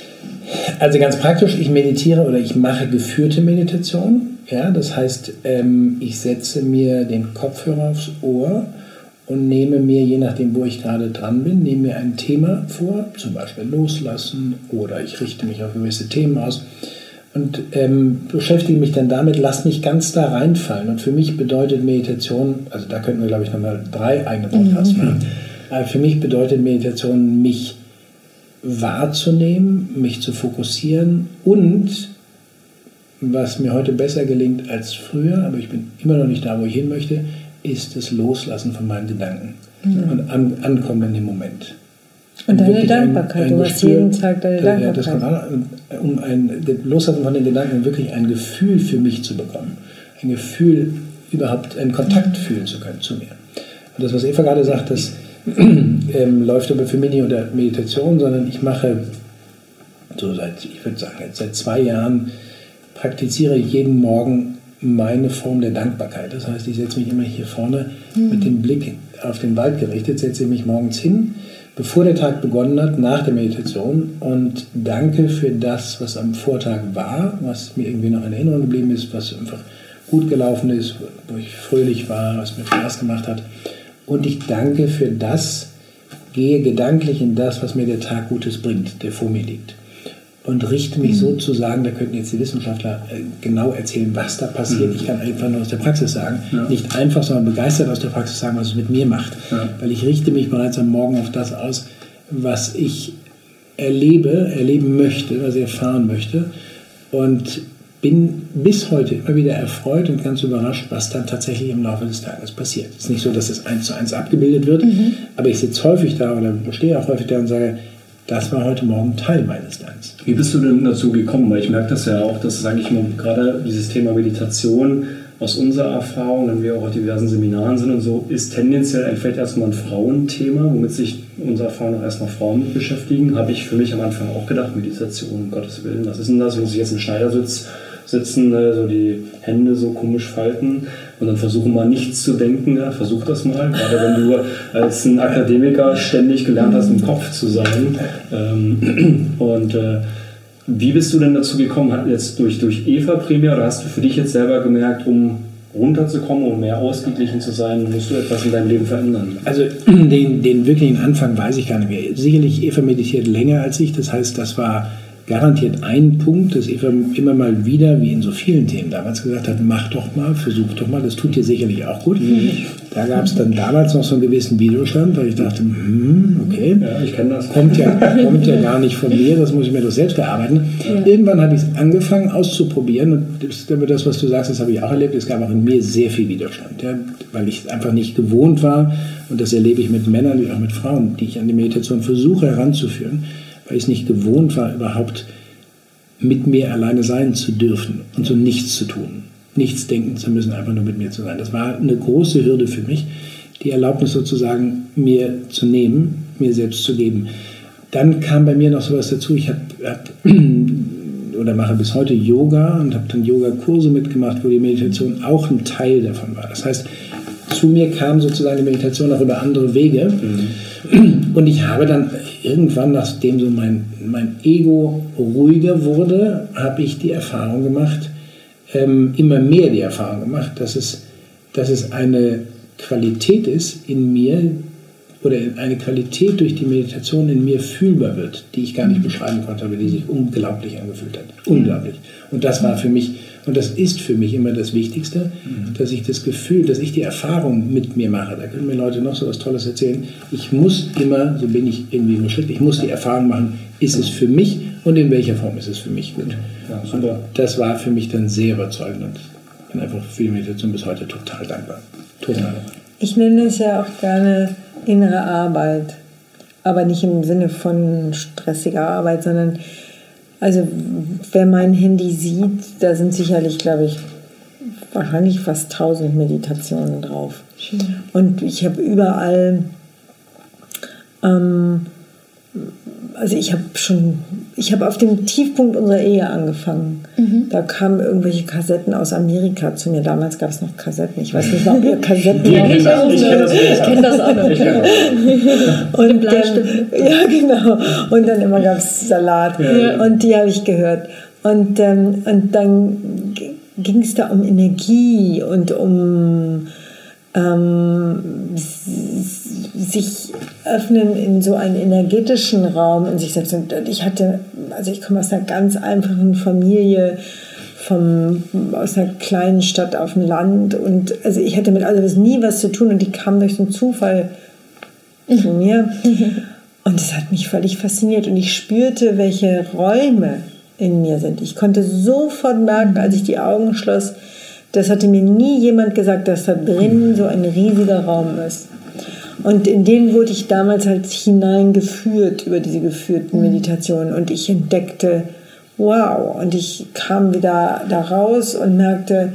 Also ganz praktisch, ich meditiere oder ich mache geführte Meditation. Ja, das heißt, ähm, ich setze mir den Kopfhörer aufs Ohr und nehme mir, je nachdem, wo ich gerade dran bin, nehme mir ein Thema vor, zum Beispiel Loslassen oder ich richte mich auf gewisse Themen aus und ähm, beschäftige mich dann damit, lass mich ganz da reinfallen. Und für mich bedeutet Meditation, also da könnten wir, glaube ich, nochmal drei eigene Podcasts machen, aber für mich bedeutet Meditation, mich wahrzunehmen, mich zu fokussieren und, was mir heute besser gelingt als früher, aber ich bin immer noch nicht da, wo ich hin möchte, ist das Loslassen von meinen Gedanken mhm. und an, ankommen in dem Moment. Und deine wirklich Dankbarkeit, ein, ein du hast Gespür, jeden Tag deine ja, Dankbarkeit. das kommt auch, um ein Loslassen von den Gedanken, wirklich ein Gefühl für mich zu bekommen. Ein Gefühl, überhaupt einen Kontakt fühlen zu können zu mir. Und das, was Eva gerade sagt, das ähm, läuft aber für mich nicht unter Meditation, sondern ich mache, so seit, ich würde sagen, jetzt seit zwei Jahren praktiziere ich jeden Morgen meine Form der Dankbarkeit. Das heißt, ich setze mich immer hier vorne mhm. mit dem Blick auf den Wald gerichtet, setze mich morgens hin, bevor der Tag begonnen hat, nach der Meditation und danke für das, was am Vortag war, was mir irgendwie noch in Erinnerung geblieben ist, was einfach gut gelaufen ist, wo ich fröhlich war, was mir Spaß gemacht hat. Und ich danke für das, gehe gedanklich in das, was mir der Tag Gutes bringt, der vor mir liegt. Und richte mich mhm. sozusagen, da könnten jetzt die Wissenschaftler äh, genau erzählen, was da passiert. Mhm. Ich kann einfach nur aus der Praxis sagen, ja. nicht einfach, sondern begeistert aus der Praxis sagen, was es mit mir macht. Ja. Weil ich richte mich bereits am Morgen auf das aus, was ich erlebe, erleben möchte, was ich erfahren möchte. Und bin bis heute immer wieder erfreut und ganz überrascht, was dann tatsächlich im Laufe des Tages passiert. Es ist nicht so, dass es eins zu eins abgebildet wird, mhm. aber ich sitze häufig da oder stehe auch häufig da und sage, das war heute Morgen Teil meines Tages. Wie bist du denn dazu gekommen? Weil ich merke das ja auch, dass, sage ich mal, gerade dieses Thema Meditation aus unserer Erfahrung, wenn wir auch auf diversen Seminaren sind und so, ist tendenziell ein, vielleicht erstmal ein Frauenthema, womit sich unserer Erfahrung nach erstmal Frauen mit beschäftigen. Habe ich für mich am Anfang auch gedacht, Meditation, um Gottes Willen, was ist denn das? Muss ich jetzt im Schneidersitz sitzen, so die Hände so komisch falten und dann versuchen mal nichts zu denken, ja, versuch das mal, gerade wenn du als ein Akademiker ständig gelernt hast, im Kopf zu sein. Und äh, wie bist du denn dazu gekommen? Hat jetzt durch, durch Eva primär oder hast du für dich jetzt selber gemerkt, um runterzukommen, um mehr ausgeglichen zu sein, musst du etwas in deinem Leben verändern? Also den, den wirklichen Anfang weiß ich gar nicht mehr. Sicherlich, Eva meditiert länger als ich, das heißt, das war garantiert ein Punkt, dass Eva immer mal wieder, wie in so vielen Themen damals gesagt hat, mach doch mal, versuch doch mal, das tut dir sicherlich auch gut. Mhm. Da gab es dann damals noch so einen gewissen Widerstand, weil ich dachte, hm, okay, ja, ich kenn das. Kommt, ja, kommt ja gar nicht von mir, das muss ich mir doch selbst erarbeiten. Ja. Irgendwann habe ich es angefangen auszuprobieren und das, das, was du sagst, das habe ich auch erlebt, es gab auch in mir sehr viel Widerstand, ja, weil ich es einfach nicht gewohnt war und das erlebe ich mit Männern wie auch mit Frauen, die ich an die Meditation versuche heranzuführen, weil ich es nicht gewohnt war, überhaupt mit mir alleine sein zu dürfen und so nichts zu tun. Nichts denken zu müssen, einfach nur mit mir zu sein. Das war eine große Hürde für mich, die Erlaubnis sozusagen mir zu nehmen, mir selbst zu geben. Dann kam bei mir noch sowas dazu, ich habe hab, oder mache bis heute Yoga und habe dann Yoga-Kurse mitgemacht, wo die Meditation auch ein Teil davon war. Das heißt, zu mir kam sozusagen die Meditation auch über andere Wege. Mhm. Und ich habe dann irgendwann, nachdem so mein, mein Ego ruhiger wurde, habe ich die Erfahrung gemacht, ähm, immer mehr die Erfahrung gemacht, dass es, dass es eine Qualität ist in mir, oder eine Qualität durch die Meditation in mir fühlbar wird, die ich gar nicht beschreiben konnte, aber die sich unglaublich angefühlt hat. Unglaublich. Und das war für mich, und das ist für mich immer das Wichtigste, mhm. dass ich das Gefühl, dass ich die Erfahrung mit mir mache. Da können mir Leute noch so was Tolles erzählen. Ich muss immer, so bin ich irgendwie nur schritt, ich muss die Erfahrung machen, ist es für mich und in welcher Form ist es für mich gut. Ja, super. Das war für mich dann sehr überzeugend und ich bin einfach für die Meditation bis heute total dankbar. Total. Ich nenne es ja auch gerne innere Arbeit, aber nicht im Sinne von stressiger Arbeit, sondern also wer mein Handy sieht, da sind sicherlich, glaube ich, wahrscheinlich fast tausend Meditationen drauf. Schön. Und ich habe überall, ähm, also ich habe schon, ich habe auf dem Tiefpunkt unserer Ehe angefangen. Mhm. Da kamen irgendwelche Kassetten aus Amerika zu mir. Damals gab es noch Kassetten. Ich weiß nicht, ob ihr Kassetten ja, ich kenne das auch noch. Ich kenne das auch noch. Und dann, ja, genau. Und dann immer gab es Salat. Ja. Und die habe ich gehört. Und, ähm, und dann ging es da um Energie und um ähm, sich öffnen in so einen energetischen Raum in sich selbst. Und ich hatte, also ich komme aus einer ganz einfachen Familie, vom, aus einer kleinen Stadt auf dem Land und also ich hatte mit all das nie was zu tun und die kam durch so einen Zufall zu mir und es hat mich völlig fasziniert und ich spürte, welche Räume in mir sind. Ich konnte sofort merken, als ich die Augen schloss, das hatte mir nie jemand gesagt, dass da drin so ein riesiger Raum ist. Und in den wurde ich damals halt hineingeführt über diese geführten Meditationen. Und ich entdeckte, wow, und ich kam wieder da raus und merkte,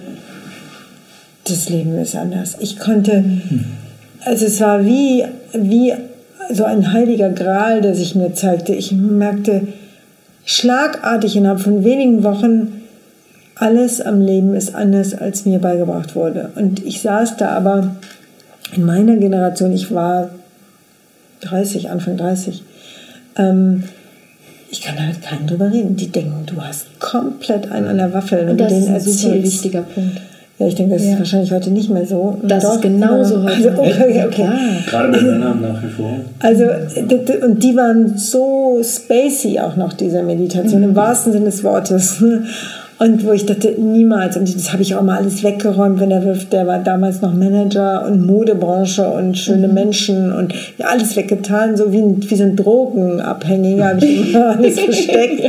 das Leben ist anders. Ich konnte, also es war wie, wie so ein heiliger Gral, der sich mir zeigte. Ich merkte schlagartig innerhalb von wenigen Wochen, alles am Leben ist anders, als mir beigebracht wurde. Und ich saß da aber in meiner Generation, ich war dreißig, Anfang dreißig, ähm, ich kann da mit keinem drüber reden. Die denken, du hast komplett einen an der Waffel. Und das ist ein super wichtiger Punkt. Ja, ich denke, das ja. ist wahrscheinlich heute nicht mehr so. Das Doch, ist genauso heute. Also, okay, okay. Gerade bei Männern nach wie vor. Also, und die waren so spacey auch noch, diese Meditation, mhm. im wahrsten Sinne des Wortes. Und wo ich dachte, niemals, und das habe ich auch mal alles weggeräumt, wenn der wirft, der war damals noch Manager und Modebranche und schöne mhm. Menschen und ja, alles weggetan, so wie, wie so ein Drogenabhängiger, habe ich immer alles versteckt.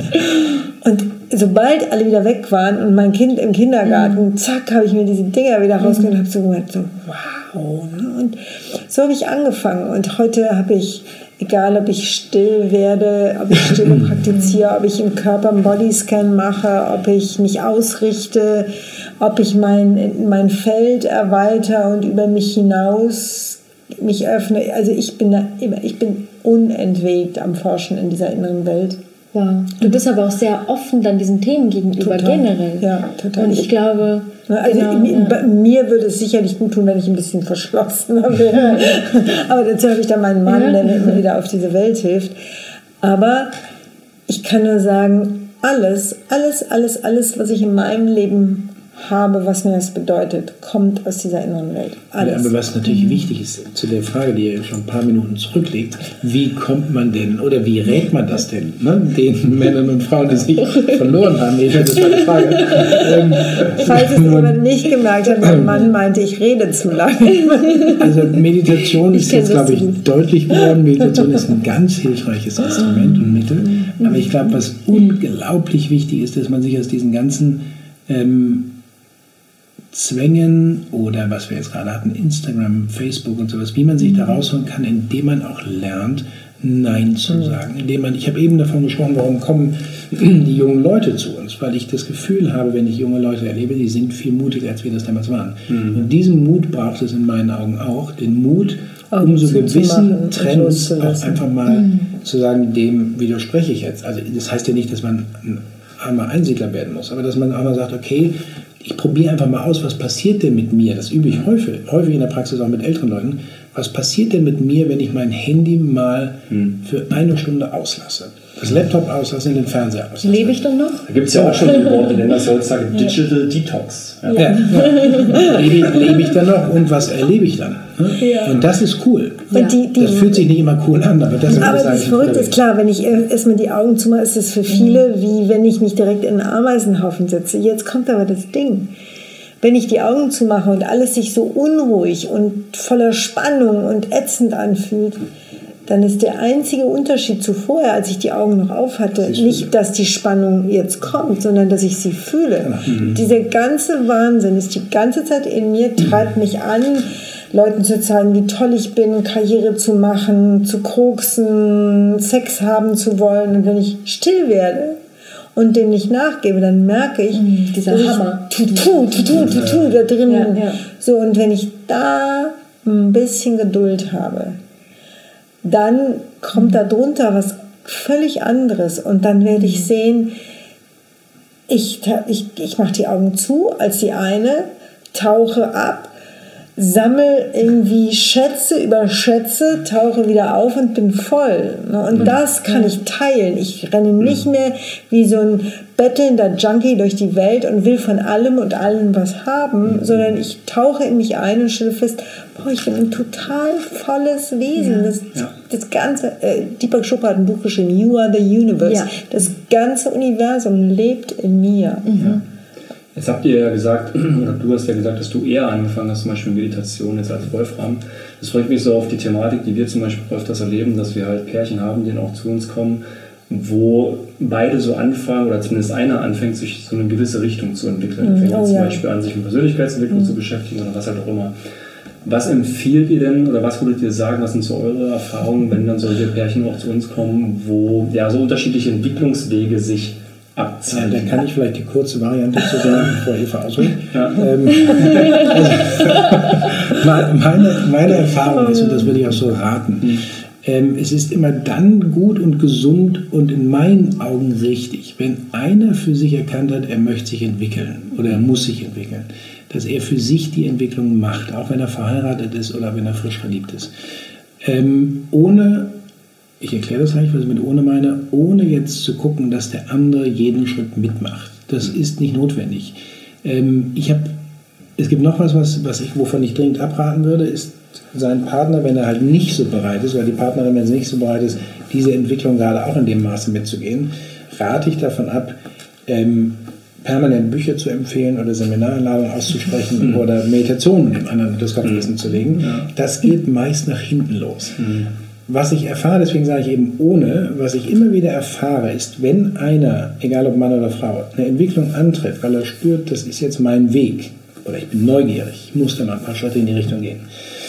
Und sobald alle wieder weg waren und mein Kind im Kindergarten, mhm. zack, habe ich mir diese Dinger wieder rausgeholt und habe so gemerkt, so wow. Und so habe ich angefangen und heute habe ich, egal ob ich still werde, ob ich Stille praktiziere, ob ich im Körper einen Bodyscan mache, ob ich mich ausrichte, ob ich mein, mein Feld erweitere und über mich hinaus mich öffne. Also ich bin da immer, ich bin unentwegt am Forschen in dieser inneren Welt. Wow. Du bist aber auch sehr offen dann diesen Themen gegenüber total. Generell. Ja, total. Und ich glaube... Also genau, mir, ja. mir würde es sicherlich gut tun, wenn ich ein bisschen verschlossen wäre. Aber dazu habe ich dann meinen Mann, ja. der mir immer wieder auf diese Welt hilft. Aber ich kann nur sagen, alles, alles, alles, alles, was ich in meinem Leben habe, was mir das bedeutet, kommt aus dieser inneren Welt. Alles. Ja, aber was natürlich mhm. wichtig ist, zu der Frage, die ihr schon ein paar Minuten zurücklegt, wie kommt man denn oder wie rät man das denn, ne? Den Männern und Frauen, die sich verloren haben? Ich das war die Frage. Ähm, Falls es jemand nicht gemerkt hat, mein Mann meinte, ich rede zu lange. Also Meditation ist jetzt, glaube ich, deutlich geworden. Meditation ist ein ganz hilfreiches Instrument und Mittel. Aber ich glaube, was unglaublich wichtig ist, dass man sich aus diesen ganzen ähm, Zwängen oder was wir jetzt gerade hatten, Instagram, Facebook und sowas, wie man sich da rausholen kann, indem man auch lernt, Nein zu sagen. Indem man, ich habe eben davon gesprochen, warum kommen die jungen Leute zu uns, weil ich das Gefühl habe, wenn ich junge Leute erlebe, die sind viel mutiger, als wir das damals waren. Mhm. Und diesen Mut braucht es in meinen Augen auch, den Mut, um so gewissen Trends auch einfach mal mhm. zu sagen, dem widerspreche ich jetzt. Also das heißt ja nicht, dass man ein armer Einsiedler werden muss, aber dass man auch mal sagt, okay, ich probiere einfach mal aus, was passiert denn mit mir? Das übe ich häufig, häufig in der Praxis auch mit älteren Leuten. Was passiert denn mit mir, wenn ich mein Handy mal hm. für eine Stunde auslasse? Das Laptop aus, das in den Fernseher aus. Lebe ich dann noch? Da gibt es ja auch schon die Worte, nennen das heutzutage Digital Detox. Ja. Ja. Ja. Lebe, lebe ich dann noch und was erlebe ich dann? Ja. Und das ist cool. Ja. Die, die, das fühlt sich nicht immer cool an, aber das, aber ist das Verrückte ist klar, wenn ich erstmal die Augen zumache, ist das für viele wie wenn ich mich direkt in einen Ameisenhaufen setze. Jetzt kommt aber das Ding. Wenn ich die Augen zumache und alles sich so unruhig und voller Spannung und ätzend anfühlt, dann ist der einzige Unterschied zu vorher, als ich die Augen noch auf hatte, nicht, dass die Spannung jetzt kommt, sondern dass ich sie fühle. Mhm. Dieser ganze Wahnsinn ist die ganze Zeit in mir, treibt mich an, Leuten zu zeigen, wie toll ich bin, Karriere zu machen, zu koksen, Sex haben zu wollen. Und wenn ich still werde und dem nicht nachgebe, dann merke ich, mhm, dieser Hammer. Tutu, tutu, tutu da drin. Ja, ja. So, und wenn ich da ein bisschen Geduld habe, dann kommt da drunter was völlig anderes und dann werde ich sehen, ich, ich, ich mache die Augen zu als die eine, tauche ab, sammle irgendwie Schätze über Schätze, tauche wieder auf und bin voll. Und das kann ich teilen. Ich renne nicht mehr wie so ein bettelnder Junkie durch die Welt und will von allem und allen was haben, sondern ich tauche in mich ein und stelle fest, boah, ich bin ein total volles Wesen. Das, ja. das ganze, äh, Deepak Chopra hat ein Buch geschrieben, You are the Universe. Ja. Das ganze Universum lebt in mir. Mhm. Ja. Jetzt habt ihr ja gesagt, oder du hast ja gesagt, dass du eher angefangen hast, zum Beispiel Meditation jetzt als Wolfram. Das bringt mich so auf die Thematik, die wir zum Beispiel öfters erleben, dass wir halt Pärchen haben, die auch zu uns kommen, wo beide so anfangen, oder zumindest einer anfängt, sich so eine gewisse Richtung zu entwickeln. Mhm. Fängt oh, zum ja. Beispiel an, sich mit Persönlichkeitsentwicklung mhm. zu beschäftigen oder was halt auch immer. Was empfiehlt ihr denn, oder was würdet ihr sagen, was sind so eure Erfahrungen, wenn dann solche Pärchen auch zu uns kommen, wo ja so unterschiedliche Entwicklungswege sich abzeichnen? Ja, da kann ich vielleicht die kurze Variante zu sagen, bevor Eva ausholt. Ja. Ähm, also, meine, meine Erfahrung ist, und das würde ich auch so raten, mhm. ähm, es ist immer dann gut und gesund und in meinen Augen richtig, wenn einer für sich erkannt hat, er möchte sich entwickeln oder er muss sich entwickeln, dass er für sich die Entwicklung macht, auch wenn er verheiratet ist oder wenn er frisch verliebt ist. Ähm, ohne, ich erkläre das gleich, was ich mit ohne meine, ohne jetzt zu gucken, dass der andere jeden Schritt mitmacht. Das ist nicht notwendig. Ähm, ich habe, es gibt noch was, was, was ich, wovon ich dringend abraten würde, ist sein Partner, wenn er halt nicht so bereit ist, oder die Partnerin, wenn sie nicht so bereit ist, diese Entwicklung gerade auch in dem Maße mitzugehen, rate ich davon ab, ähm, permanent Bücher zu empfehlen oder Seminaranladungen auszusprechen mhm. oder Meditationen dem anderen das Kopfkissen mhm. zu legen. Ja. Das geht meist nach hinten los. Mhm. Was ich erfahre, deswegen sage ich eben ohne, was ich immer wieder erfahre, ist, wenn einer, egal ob Mann oder Frau, eine Entwicklung antritt, weil er spürt, das ist jetzt mein Weg oder ich bin neugierig, ich muss da mal ein paar Schritte in die Richtung gehen,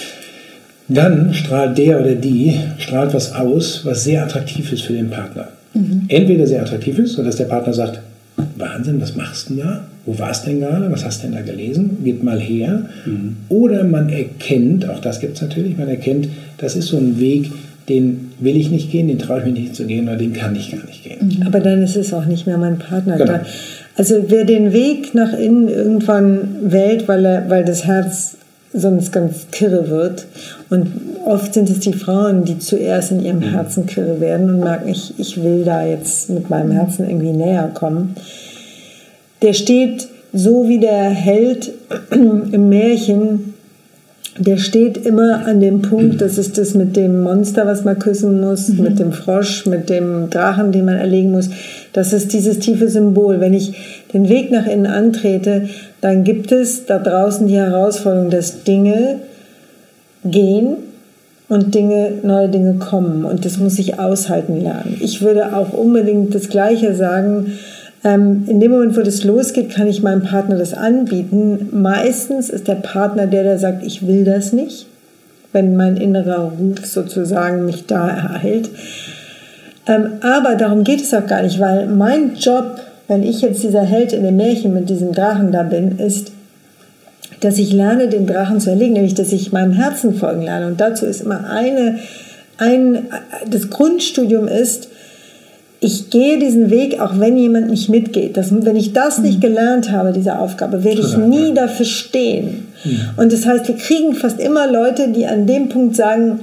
dann strahlt der oder die, strahlt was aus, was sehr attraktiv ist für den Partner. Mhm. Entweder sehr attraktiv ist, sodass der Partner sagt, Wahnsinn, was machst du denn da? Wo warst du denn gerade? Was hast du denn da gelesen? Gib mal her. Mhm. Oder man erkennt, auch das gibt es natürlich, man erkennt, das ist so ein Weg, den will ich nicht gehen, den traue ich mir nicht zu gehen oder den kann ich gar nicht gehen. Aber dann ist es auch nicht mehr mein Partner. Genau. Also wer den Weg nach innen irgendwann wählt, weil, er, weil das Herz sonst ganz kirre wird, und oft sind es die Frauen, die zuerst in ihrem Herzen kirre werden und merken, ich, ich will da jetzt mit meinem Herzen irgendwie näher kommen. Der steht so wie der Held im Märchen, der steht immer an dem Punkt, das ist das mit dem Monster, was man küssen muss, mhm. mit dem Frosch, mit dem Drachen, den man erlegen muss. Das ist dieses tiefe Symbol. Wenn ich den Weg nach innen antrete, dann gibt es da draußen die Herausforderung, dass Dinge gehen und Dinge, neue Dinge kommen. Und das muss ich aushalten lernen. Ich würde auch unbedingt das Gleiche sagen. Ähm, in dem Moment, wo das losgeht, kann ich meinem Partner das anbieten. Meistens ist der Partner der, der sagt, ich will das nicht, wenn mein innerer Ruf sozusagen mich da erhält. Ähm, aber darum geht es auch gar nicht, weil mein Job, wenn ich jetzt dieser Held in dem Märchen mit diesem Drachen da bin, ist, dass ich lerne, den Drachen zu erlegen, nämlich, dass ich meinem Herzen folgen lerne. Und dazu ist immer eine, ein, das Grundstudium ist, ich gehe diesen Weg, auch wenn jemand nicht mitgeht. Das, wenn ich das nicht gelernt habe, diese Aufgabe, werde ich nie dafür stehen. Und das heißt, wir kriegen fast immer Leute, die an dem Punkt sagen,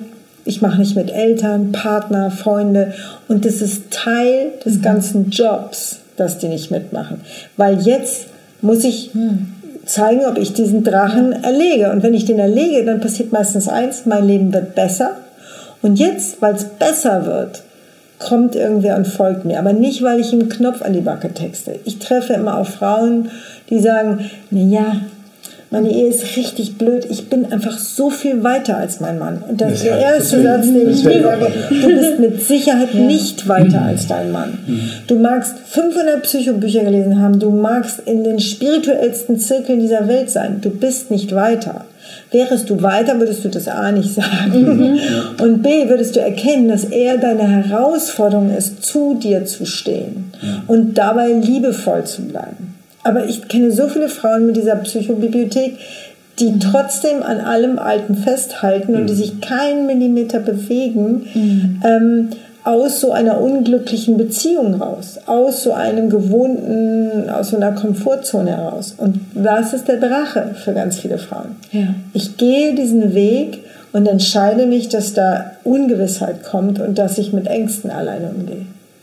Ich mache nicht mit Eltern, Partner, Freunde. Und das ist Teil des ganzen Jobs, dass die nicht mitmachen. Weil jetzt muss ich zeigen, ob ich diesen Drachen erlege. Und wenn ich den erlege, dann passiert meistens eins, mein Leben wird besser. Und jetzt, weil es besser wird, kommt irgendwer und folgt mir. Aber nicht, weil ich ihm einen Knopf an die Backe texte. Ich treffe immer auf Frauen, die sagen, naja, meine Ehe ist richtig blöd, ich bin einfach so viel weiter als mein Mann. Und das ist der erste Satz, den ich mir sage, du bist mit Sicherheit nicht weiter als dein Mann. Du magst fünfhundert Psychobücher gelesen haben, du magst in den spirituellsten Zirkeln dieser Welt sein, du bist nicht weiter. Wärest du weiter, würdest du das A nicht sagen. Und B, würdest du erkennen, dass eher deine Herausforderung ist, zu dir zu stehen und dabei liebevoll zu bleiben. Aber ich kenne so viele Frauen mit dieser Psychobibliothek, die trotzdem an allem Alten festhalten und die sich keinen Millimeter bewegen, mhm. ähm, aus so einer unglücklichen Beziehung raus, aus so einem gewohnten, aus so einer Komfortzone heraus. Und das ist der Drache für ganz viele Frauen. Ja. Ich gehe diesen Weg und entscheide mich, dass da Ungewissheit kommt und dass ich mit Ängsten alleine umgehe.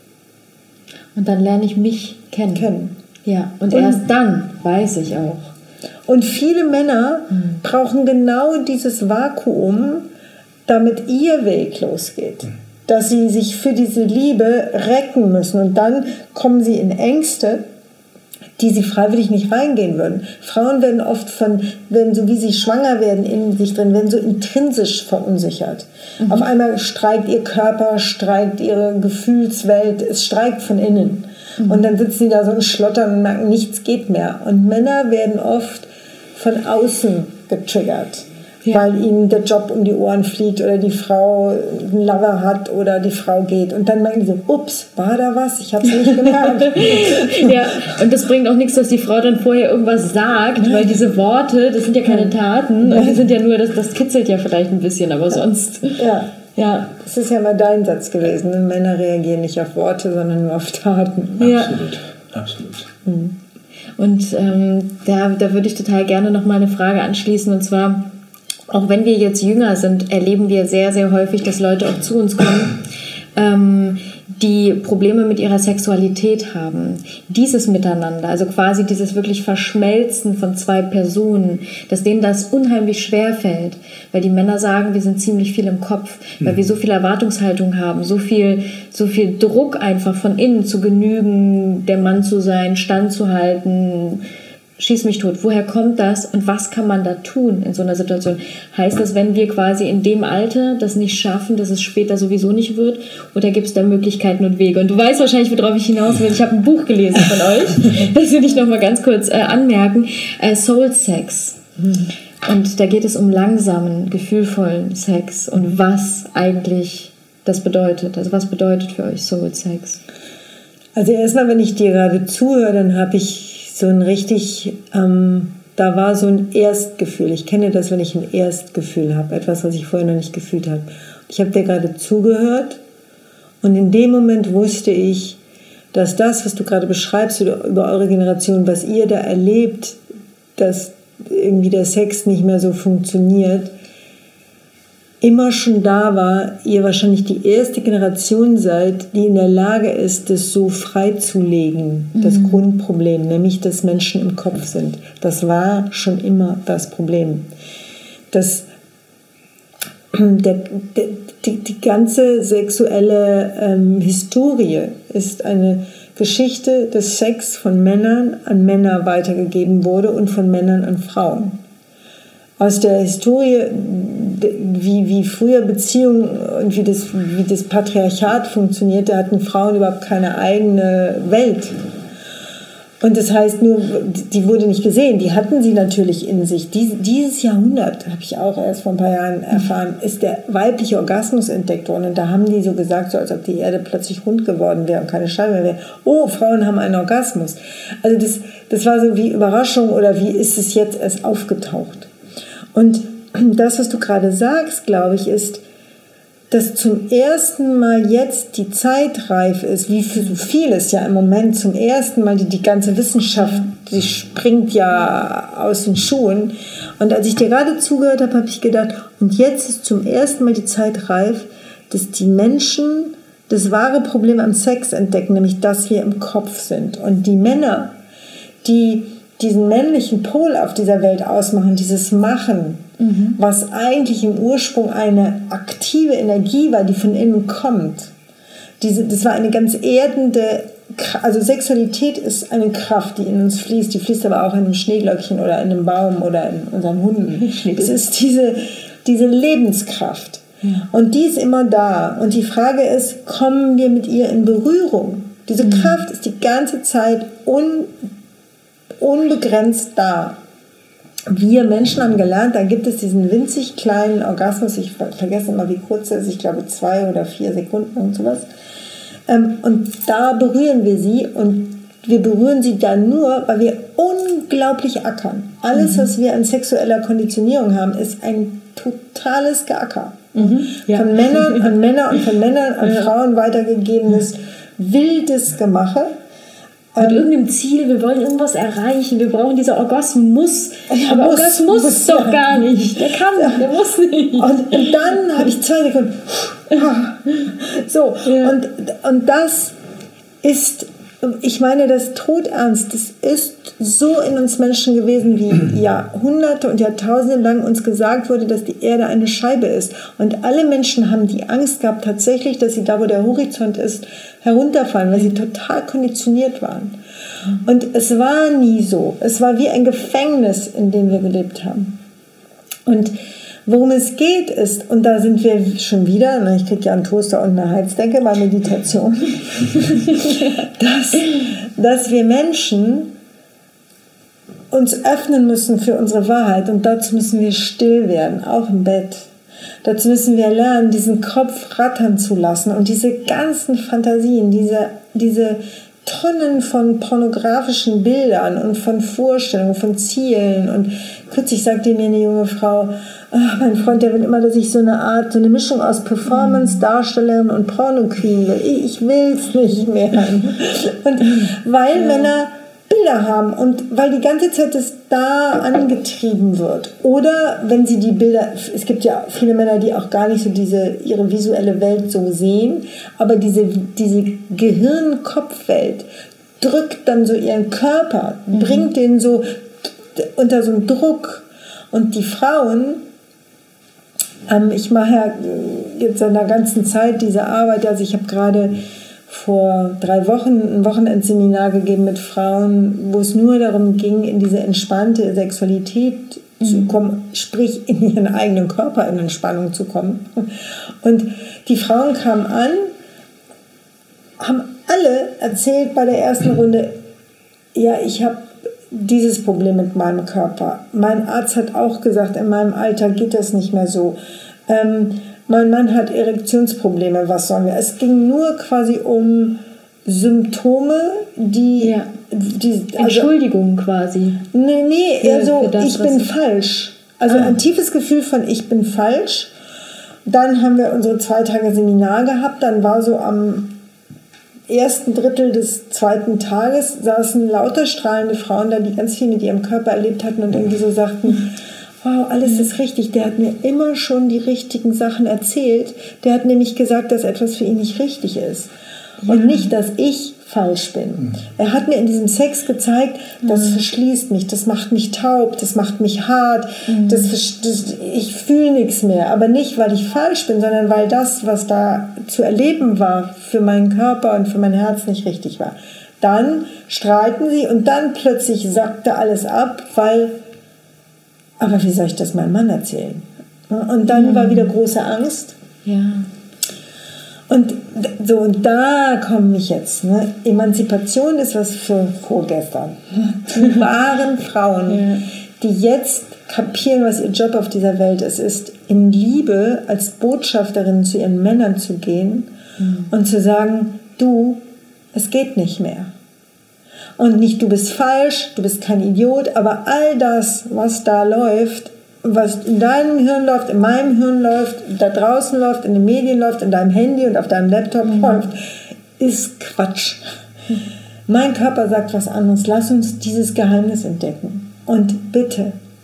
Und dann lerne ich mich kennen. kennen. Ja, und, und erst dann weiß ich auch. Und viele Männer mhm. brauchen genau dieses Vakuum, damit ihr Weg losgeht. Mhm. Dass sie sich für diese Liebe recken müssen. Und dann kommen sie in Ängste, die sie freiwillig nicht reingehen würden. Frauen werden oft von, wenn so wie sie schwanger werden, in sich drin, werden so intrinsisch verunsichert. Mhm. Auf einmal streikt ihr Körper, streikt ihre Gefühlswelt, es streikt von innen. Mhm. Und dann sitzen sie da so und schlottern und merken, nichts geht mehr. Und Männer werden oft von außen getriggert. Ja. Weil ihnen der Job um die Ohren fliegt oder die Frau einen Lover hat oder die Frau geht. Und dann merken sie so, ups, war da was? Ich habe es nicht gemerkt. Ja, und das bringt auch nichts, dass die Frau dann vorher irgendwas sagt, weil diese Worte, das sind ja keine Taten. Und die sind ja nur, das, das kitzelt ja vielleicht ein bisschen, aber sonst... Ja. Ja, das ist ja mal dein Satz gewesen. Männer reagieren nicht auf Worte, sondern nur auf Taten. Ja. Absolut, absolut. Mhm. Und ähm, da, da würde ich total gerne noch mal eine Frage anschließen, und zwar... Auch wenn wir jetzt jünger sind, erleben wir sehr, sehr häufig, dass Leute auch zu uns kommen, ähm, die Probleme mit ihrer Sexualität haben. Dieses Miteinander, also quasi dieses wirklich Verschmelzen von zwei Personen, dass denen das unheimlich schwer fällt, weil die Männer sagen, wir sind ziemlich viel im Kopf, weil mhm. wir so viel Erwartungshaltung haben, so viel, so viel Druck einfach von innen zu genügen, der Mann zu sein, standzuhalten, schieß mich tot. Woher kommt das und was kann man da tun in so einer Situation? Heißt das, wenn wir quasi in dem Alter das nicht schaffen, dass es später sowieso nicht wird? Oder gibt es da Möglichkeiten und Wege? Und du weißt wahrscheinlich, worauf ich hinaus will. Ich habe ein Buch gelesen von euch. Das will ich noch mal ganz kurz äh, anmerken. Äh, Soul Sex. Und da geht es um langsamen, gefühlvollen Sex und was eigentlich das bedeutet. Also was bedeutet für euch Soul Sex? Also erstmal, wenn ich dir gerade zuhöre, dann habe ich so ein richtig, ähm, da war so ein Erstgefühl. Ich kenne das, wenn ich ein Erstgefühl habe, etwas, was ich vorher noch nicht gefühlt habe. Ich habe dir gerade zugehört und in dem Moment wusste ich, dass das, was du gerade beschreibst über, über eure Generation, was ihr da erlebt, dass irgendwie der Sex nicht mehr so funktioniert, immer schon da war, ihr wahrscheinlich die erste Generation seid, die in der Lage ist, das so freizulegen, mhm. das Grundproblem, nämlich, dass Menschen im Kopf sind. Das war schon immer das Problem. Das, der, der, die, die ganze sexuelle ähm, Historie ist eine Geschichte des Sex von Männern an Männer weitergegeben wurde und von Männern an Frauen. Aus der Historie, wie, wie früher Beziehungen und wie das, wie das Patriarchat funktionierte, hatten Frauen überhaupt keine eigene Welt. Und das heißt nur, die wurde nicht gesehen, die hatten sie natürlich in sich. Dies, dieses Jahrhundert, habe ich auch erst vor ein paar Jahren erfahren, ist der weibliche Orgasmus entdeckt worden. Und da haben die so gesagt, so als ob die Erde plötzlich rund geworden wäre und keine Scheibe mehr wäre. Oh, Frauen haben einen Orgasmus. Also das, das war so wie Überraschung oder wie ist es jetzt erst aufgetaucht. Und das, was du gerade sagst, glaube ich, ist, dass zum ersten Mal jetzt die Zeit reif ist, wie für so vieles ja im Moment zum ersten Mal, die, die ganze Wissenschaft, die springt ja aus den Schuhen Und als ich dir gerade zugehört habe, habe ich gedacht, und jetzt ist zum ersten Mal die Zeit reif, dass die Menschen das wahre Problem am Sex entdecken, nämlich dass wir im Kopf sind. Und die Männer, die diesen männlichen Pol auf dieser Welt ausmachen, dieses Machen, mhm. was eigentlich im Ursprung eine aktive Energie war, die von innen kommt. Diese, das war eine ganz erdende, also Sexualität ist eine Kraft, die in uns fließt, die fließt aber auch in einem Schneeglöckchen oder in einem Baum oder in unseren Hunden. Es ist diese, diese Lebenskraft. Ja. Und die ist immer da. Und die Frage ist, kommen wir mit ihr in Berührung? Diese mhm. Kraft ist die ganze Zeit un unbegrenzt da. Wir Menschen haben gelernt, da gibt es diesen winzig kleinen Orgasmus, ich vergesse immer, wie kurz er ist, ich glaube zwei oder vier Sekunden und sowas. Und da berühren wir sie und wir berühren sie dann nur, weil wir unglaublich ackern. Alles, mhm. was wir an sexueller Konditionierung haben, ist ein totales Geacker. Mhm. Ja. Von Männern an Männer und von Männern an Frauen weitergegebenes wildes Gemache. Mit irgendeinem Ziel, wir wollen irgendwas erreichen, wir brauchen dieser Orgasmus, ja, aber muss, Orgasmus muss doch gar nicht, der kann, ja. der muss nicht. Und, und dann habe ich zwei Sekunden, so, ja. und, und das ist, ich meine das todernst, das ist so in uns Menschen gewesen, wie Jahrhunderte und Jahrtausende lang uns gesagt wurde, dass die Erde eine Scheibe ist. Und alle Menschen haben die Angst gehabt, tatsächlich, dass sie da, wo der Horizont ist, herunterfallen, weil sie total konditioniert waren. Und es war nie so. Es war wie ein Gefängnis, in dem wir gelebt haben. Und worum es geht ist, und da sind wir schon wieder, ich kriege ja einen Toaster und eine Heizdecke bei Meditation, dass, dass wir Menschen uns öffnen müssen für unsere Wahrheit und dazu müssen wir still werden, auch im Bett. Dazu müssen wir lernen, diesen Kopf rattern zu lassen und diese ganzen Fantasien, diese, diese Tonnen von pornografischen Bildern und von Vorstellungen, von Zielen. Und kürzlich sagte mir eine junge Frau, ach, mein Freund, der will immer, dass ich so eine Art, so eine Mischung aus Performance, Darstellerin und Porno-Queen will. Ich will es nicht mehr. Und weil ja. Männer Bilder haben und weil die ganze Zeit das da angetrieben wird. Oder wenn sie die Bilder, es gibt ja viele Männer, die auch gar nicht so diese, ihre visuelle Welt so sehen, aber diese, diese Gehirn-Kopf-Welt drückt dann so ihren Körper, mhm. bringt den so unter so einen Druck. Und die Frauen, ähm, ich mache ja jetzt in der ganzen Zeit diese Arbeit, also ich habe gerade vor drei Wochen ein Wochenendseminar gegeben mit Frauen, wo es nur darum ging, in diese entspannte Sexualität mhm. zu kommen, sprich in ihren eigenen Körper in Entspannung zu kommen. Und die Frauen kamen an, haben alle erzählt bei der ersten Runde, ja, ich habe dieses Problem mit meinem Körper. Mein Arzt hat auch gesagt, in meinem Alter geht das nicht mehr so. Ähm, Mein Mann hat Erektionsprobleme, was sollen wir? Es ging nur quasi um Symptome, die... Ja. die also, Entschuldigung quasi. Nee, nee, eher so, das, ich bin falsch. Also ah. ein tiefes Gefühl von ich bin falsch. Dann haben wir unsere zwei Tage Seminar gehabt. Dann war so am ersten Drittel des zweiten Tages saßen lauter strahlende Frauen da, die ganz viel mit ihrem Körper erlebt hatten und irgendwie so sagten... Wow, alles ist richtig. Der hat mir immer schon die richtigen Sachen erzählt. Der hat nämlich gesagt, dass etwas für ihn nicht richtig ist. Ja. Und nicht, dass ich falsch bin. Mhm. Er hat mir in diesem Sex gezeigt, das mhm. verschließt mich, das macht mich taub, das macht mich hart, mhm. das, das, ich fühle nichts mehr. Aber nicht, weil ich falsch bin, sondern weil das, was da zu erleben war, für meinen Körper und für mein Herz nicht richtig war. Dann streiten sie und dann plötzlich sackte alles ab, weil... Aber wie soll ich das meinem Mann erzählen? Und dann mhm. war wieder große Angst. Ja. Und so, und da komme ich jetzt. Ne? Emanzipation ist was für vorgestern. Die wahren Frauen, ja. die jetzt kapieren, was ihr Job auf dieser Welt ist, ist in Liebe als Botschafterin zu ihren Männern zu gehen mhm. und zu sagen, du, es geht nicht mehr. Und nicht, du bist falsch, du bist kein Idiot, aber all das, was da läuft, was in deinem Hirn läuft, in meinem Hirn läuft, da draußen läuft, in den Medien läuft, in deinem Handy und auf deinem Laptop mhm. läuft, ist Quatsch. Mhm. Mein Körper sagt was anderes. Lass uns dieses Geheimnis entdecken. Und bitte,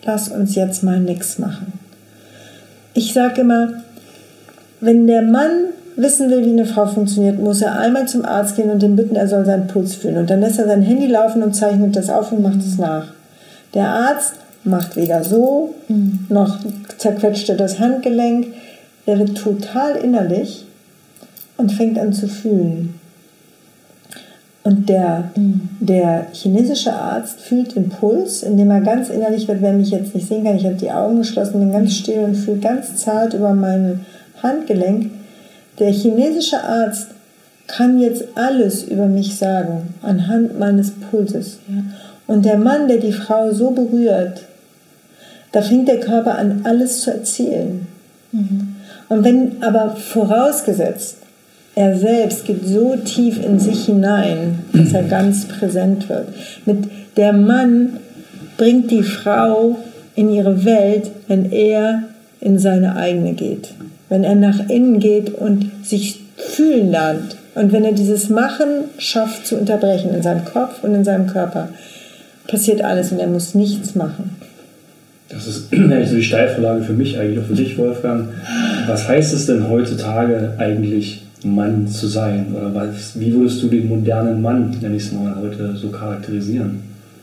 lass uns jetzt mal nichts machen. Ich sage immer, wenn der Mann wissen will, wie eine Frau funktioniert, muss er einmal zum Arzt gehen und den bitten, er soll seinen Puls fühlen. Und dann lässt er sein Handy laufen und zeichnet das auf und macht es nach. Der Arzt macht weder so, noch zerquetscht er das Handgelenk. Er wird total innerlich und fängt an zu fühlen. Und der, der chinesische Arzt fühlt den Puls, indem er ganz innerlich wird, wer mich jetzt nicht sehen kann, ich habe die Augen geschlossen, bin ganz still und fühle ganz zart über mein Handgelenk. Der chinesische Arzt kann jetzt alles über mich sagen, anhand meines Pulses. Und der Mann, der die Frau so berührt, da fängt der Körper an, alles zu erzählen. Mhm. Und wenn aber vorausgesetzt, er selbst geht so tief in sich hinein, dass er ganz präsent wird. Mit der Mann bringt die Frau in ihre Welt, wenn er in seine eigene geht. Wenn er nach innen geht und sich fühlen lernt. Und wenn er dieses Machen schafft zu unterbrechen in seinem Kopf und in seinem Körper, passiert alles und er muss nichts machen. Das ist eigentlich so die Steilvorlage für mich, eigentlich auch für dich, Wolfgang. Was heißt es denn heutzutage eigentlich, Mann zu sein? Oder was, wie würdest du den modernen Mann, nenne ich es mal, heute so charakterisieren?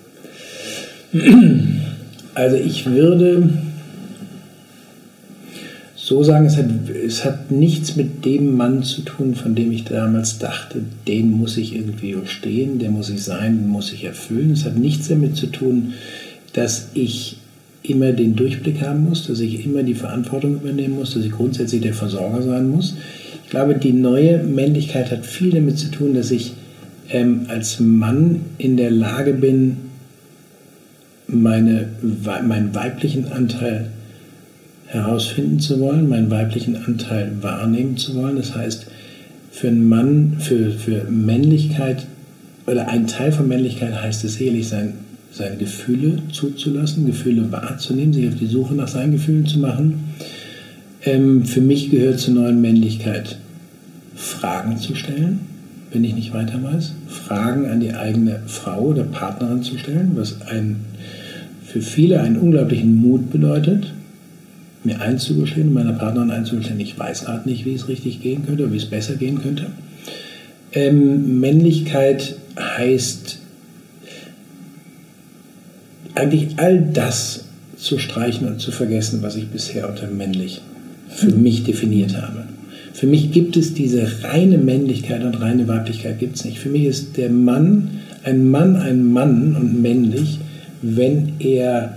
Also ich würde so sagen, es hat, es hat nichts mit dem Mann zu tun, von dem ich damals dachte, den muss ich irgendwie verstehen, der muss ich sein, den muss ich erfüllen. Es hat nichts damit zu tun, dass ich immer den Durchblick haben muss, dass ich immer die Verantwortung übernehmen muss, dass ich grundsätzlich der Versorger sein muss. Ich glaube, die neue Männlichkeit hat viel damit zu tun, dass ich ähm, als Mann in der Lage bin, meine, meinen weiblichen Anteil herausfinden zu wollen, meinen weiblichen Anteil wahrnehmen zu wollen. Das heißt, für einen Mann, für, für Männlichkeit oder ein Teil von Männlichkeit heißt es sicherlich, sein, seine Gefühle zuzulassen, Gefühle wahrzunehmen, sich auf die Suche nach seinen Gefühlen zu machen. Ähm, für mich gehört zur neuen Männlichkeit, Fragen zu stellen, wenn ich nicht weiter weiß. Fragen an die eigene Frau oder Partnerin zu stellen, was ein, für viele einen unglaublichen Mut bedeutet, mir einzugestehen, meiner Partnerin einzugestehen, ich weiß gerade nicht, wie es richtig gehen könnte oder wie es besser gehen könnte. Ähm, Männlichkeit heißt eigentlich all das zu streichen und zu vergessen, was ich bisher unter männlich für mich definiert habe. Für mich gibt es diese reine Männlichkeit und reine Weiblichkeit gibt es nicht. Für mich ist der Mann, ein Mann, ein Mann und männlich, wenn er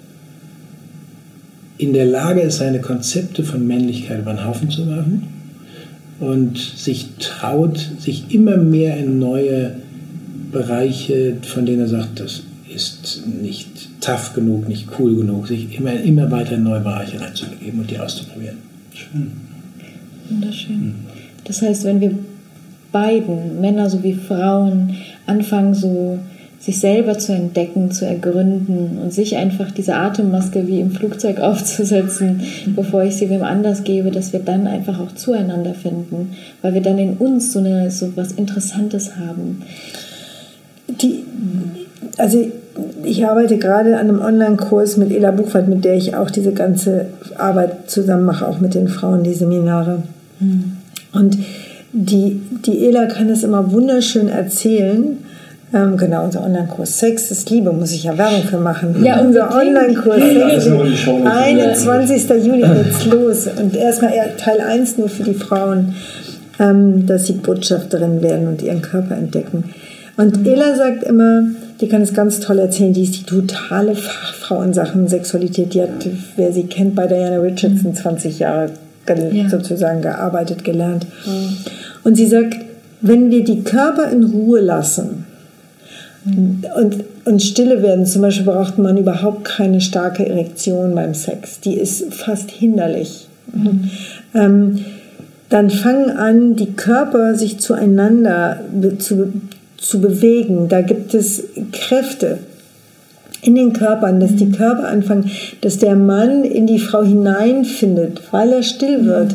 in der Lage ist, seine Konzepte von Männlichkeit über den Haufen zu werfen und sich traut, sich immer mehr in neue Bereiche, von denen er sagt, das ist nicht tough genug, nicht cool genug, sich immer, immer weiter in neue Bereiche reinzugeben und die auszuprobieren. Schön. Wunderschön. Das heißt, wenn wir beiden, Männer sowie Frauen, anfangen, so sich selber zu entdecken, zu ergründen und sich einfach diese Atemmaske wie im Flugzeug aufzusetzen, bevor ich sie wem anders gebe, dass wir dann einfach auch zueinander finden, weil wir dann in uns so, eine, so was Interessantes haben. Die, also ich arbeite gerade an einem Online-Kurs mit Ela Buchwald, mit der ich auch diese ganze Arbeit zusammen mache, auch mit den Frauen, die Seminare. Mhm. Und die, die Ela kann es immer wunderschön erzählen. Ähm, genau, unser Online-Kurs Sex ist Liebe, muss ich ja Werbung für machen. Ja, unser Online-Kurs Sex ist einundzwanzigsten Juni geht's los. Und erstmal Teil eins nur für die Frauen, ähm, dass sie Botschafterin werden und ihren Körper entdecken. Und Ela sagt immer, die kann es ganz toll erzählen, die ist die totale Fachfrau in Sachen Sexualität. Die hat, wer sie kennt, bei Diana Richardson zwanzig Jahre ge- ja. sozusagen gearbeitet, gelernt. Mhm. Und sie sagt, wenn wir die Körper in Ruhe lassen, Und, und stille werden, zum Beispiel braucht man überhaupt keine starke Erektion beim Sex, die ist fast hinderlich. Mhm. Ähm, dann fangen an, die Körper sich zueinander be- zu, zu bewegen. Da gibt es Kräfte in den Körpern, dass die Körper anfangen, dass der Mann in die Frau hineinfindet, weil er still wird.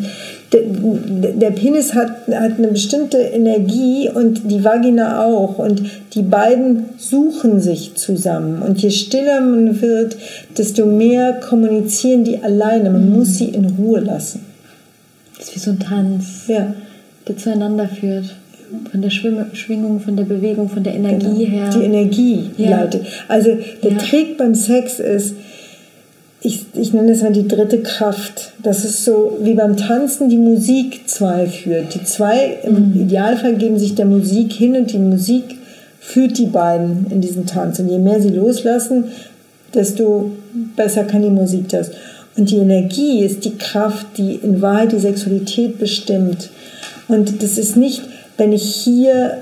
der, der Penis hat, hat eine bestimmte Energie und die Vagina auch. Und die beiden suchen sich zusammen. Und je stiller man wird, desto mehr kommunizieren die alleine. Man mhm. muss sie in Ruhe lassen. Das ist wie so ein Tanz, ja. der zueinander führt. Von der Schwingung, von der Bewegung, von der Energie genau. her. Die Energie ja. leitet. Also der ja. Trick beim Sex ist, ich, ich nenne das mal die dritte Kraft. Das ist so wie beim Tanzen die Musik zwei führt. Die zwei im Idealfall geben sich der Musik hin und die Musik führt die beiden in diesen Tanz. Und je mehr sie loslassen, desto besser kann die Musik das. Und die Energie ist die Kraft, die in Wahrheit die Sexualität bestimmt. Und das ist nicht, wenn ich hier,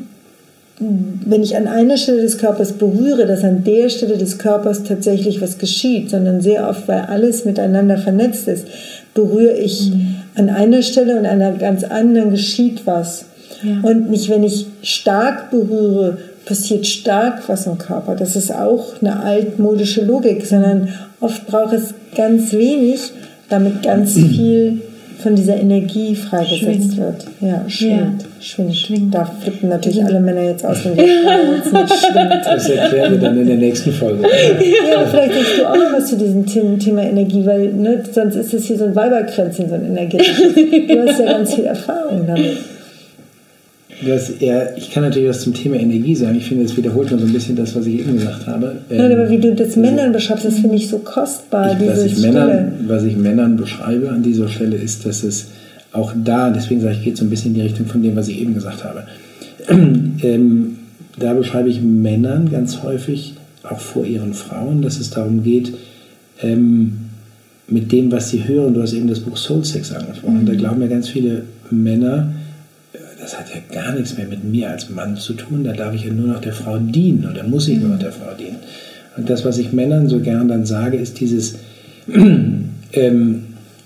wenn ich an einer Stelle des Körpers berühre, dass an der Stelle des Körpers tatsächlich was geschieht, sondern sehr oft, weil alles miteinander vernetzt ist, berühre ich mhm. an einer Stelle und an einer ganz anderen geschieht was. Ja. Und nicht, wenn ich stark berühre, passiert stark was im Körper. Das ist auch eine altmodische Logik, sondern oft braucht es ganz wenig, damit ganz viel von dieser Energie freigesetzt schwingt. wird. Ja, schwingt. Ja. Schwingt. schwingt. Da flippen natürlich alle Männer jetzt aus, wenn die Frau jetzt nicht schwingt. Das erklären wir dann in der nächsten Folge. Ja, vielleicht sagst du auch noch was zu diesem Thema Energie, weil ne, sonst ist es hier so ein Weiberkränzchen, so ein energetisches. Du hast ja ganz viel Erfahrung damit. Das, ja, ich kann natürlich was zum Thema Energie sagen. Ich finde, das wiederholt nur so ein bisschen das, was ich eben gesagt habe. Nein, aber wie du das Männern beschreibst, das finde ich so kostbar. Ich, was, ich Männern, was ich Männern beschreibe an dieser Stelle ist, dass es auch da, deswegen sage ich, geht so ein bisschen in die Richtung von dem, was ich eben gesagt habe. ähm, da beschreibe ich Männern ganz häufig, auch vor ihren Frauen, dass es darum geht, ähm, mit dem, was sie hören. Du hast eben das Buch Soul Sex angesprochen. Mhm. Da glauben ja ganz viele Männer, das hat ja gar nichts mehr mit mir als Mann zu tun, da darf ich ja nur noch der Frau dienen oder muss ich nur noch der Frau dienen. Und das, was ich Männern so gern dann sage, ist dieses, ähm,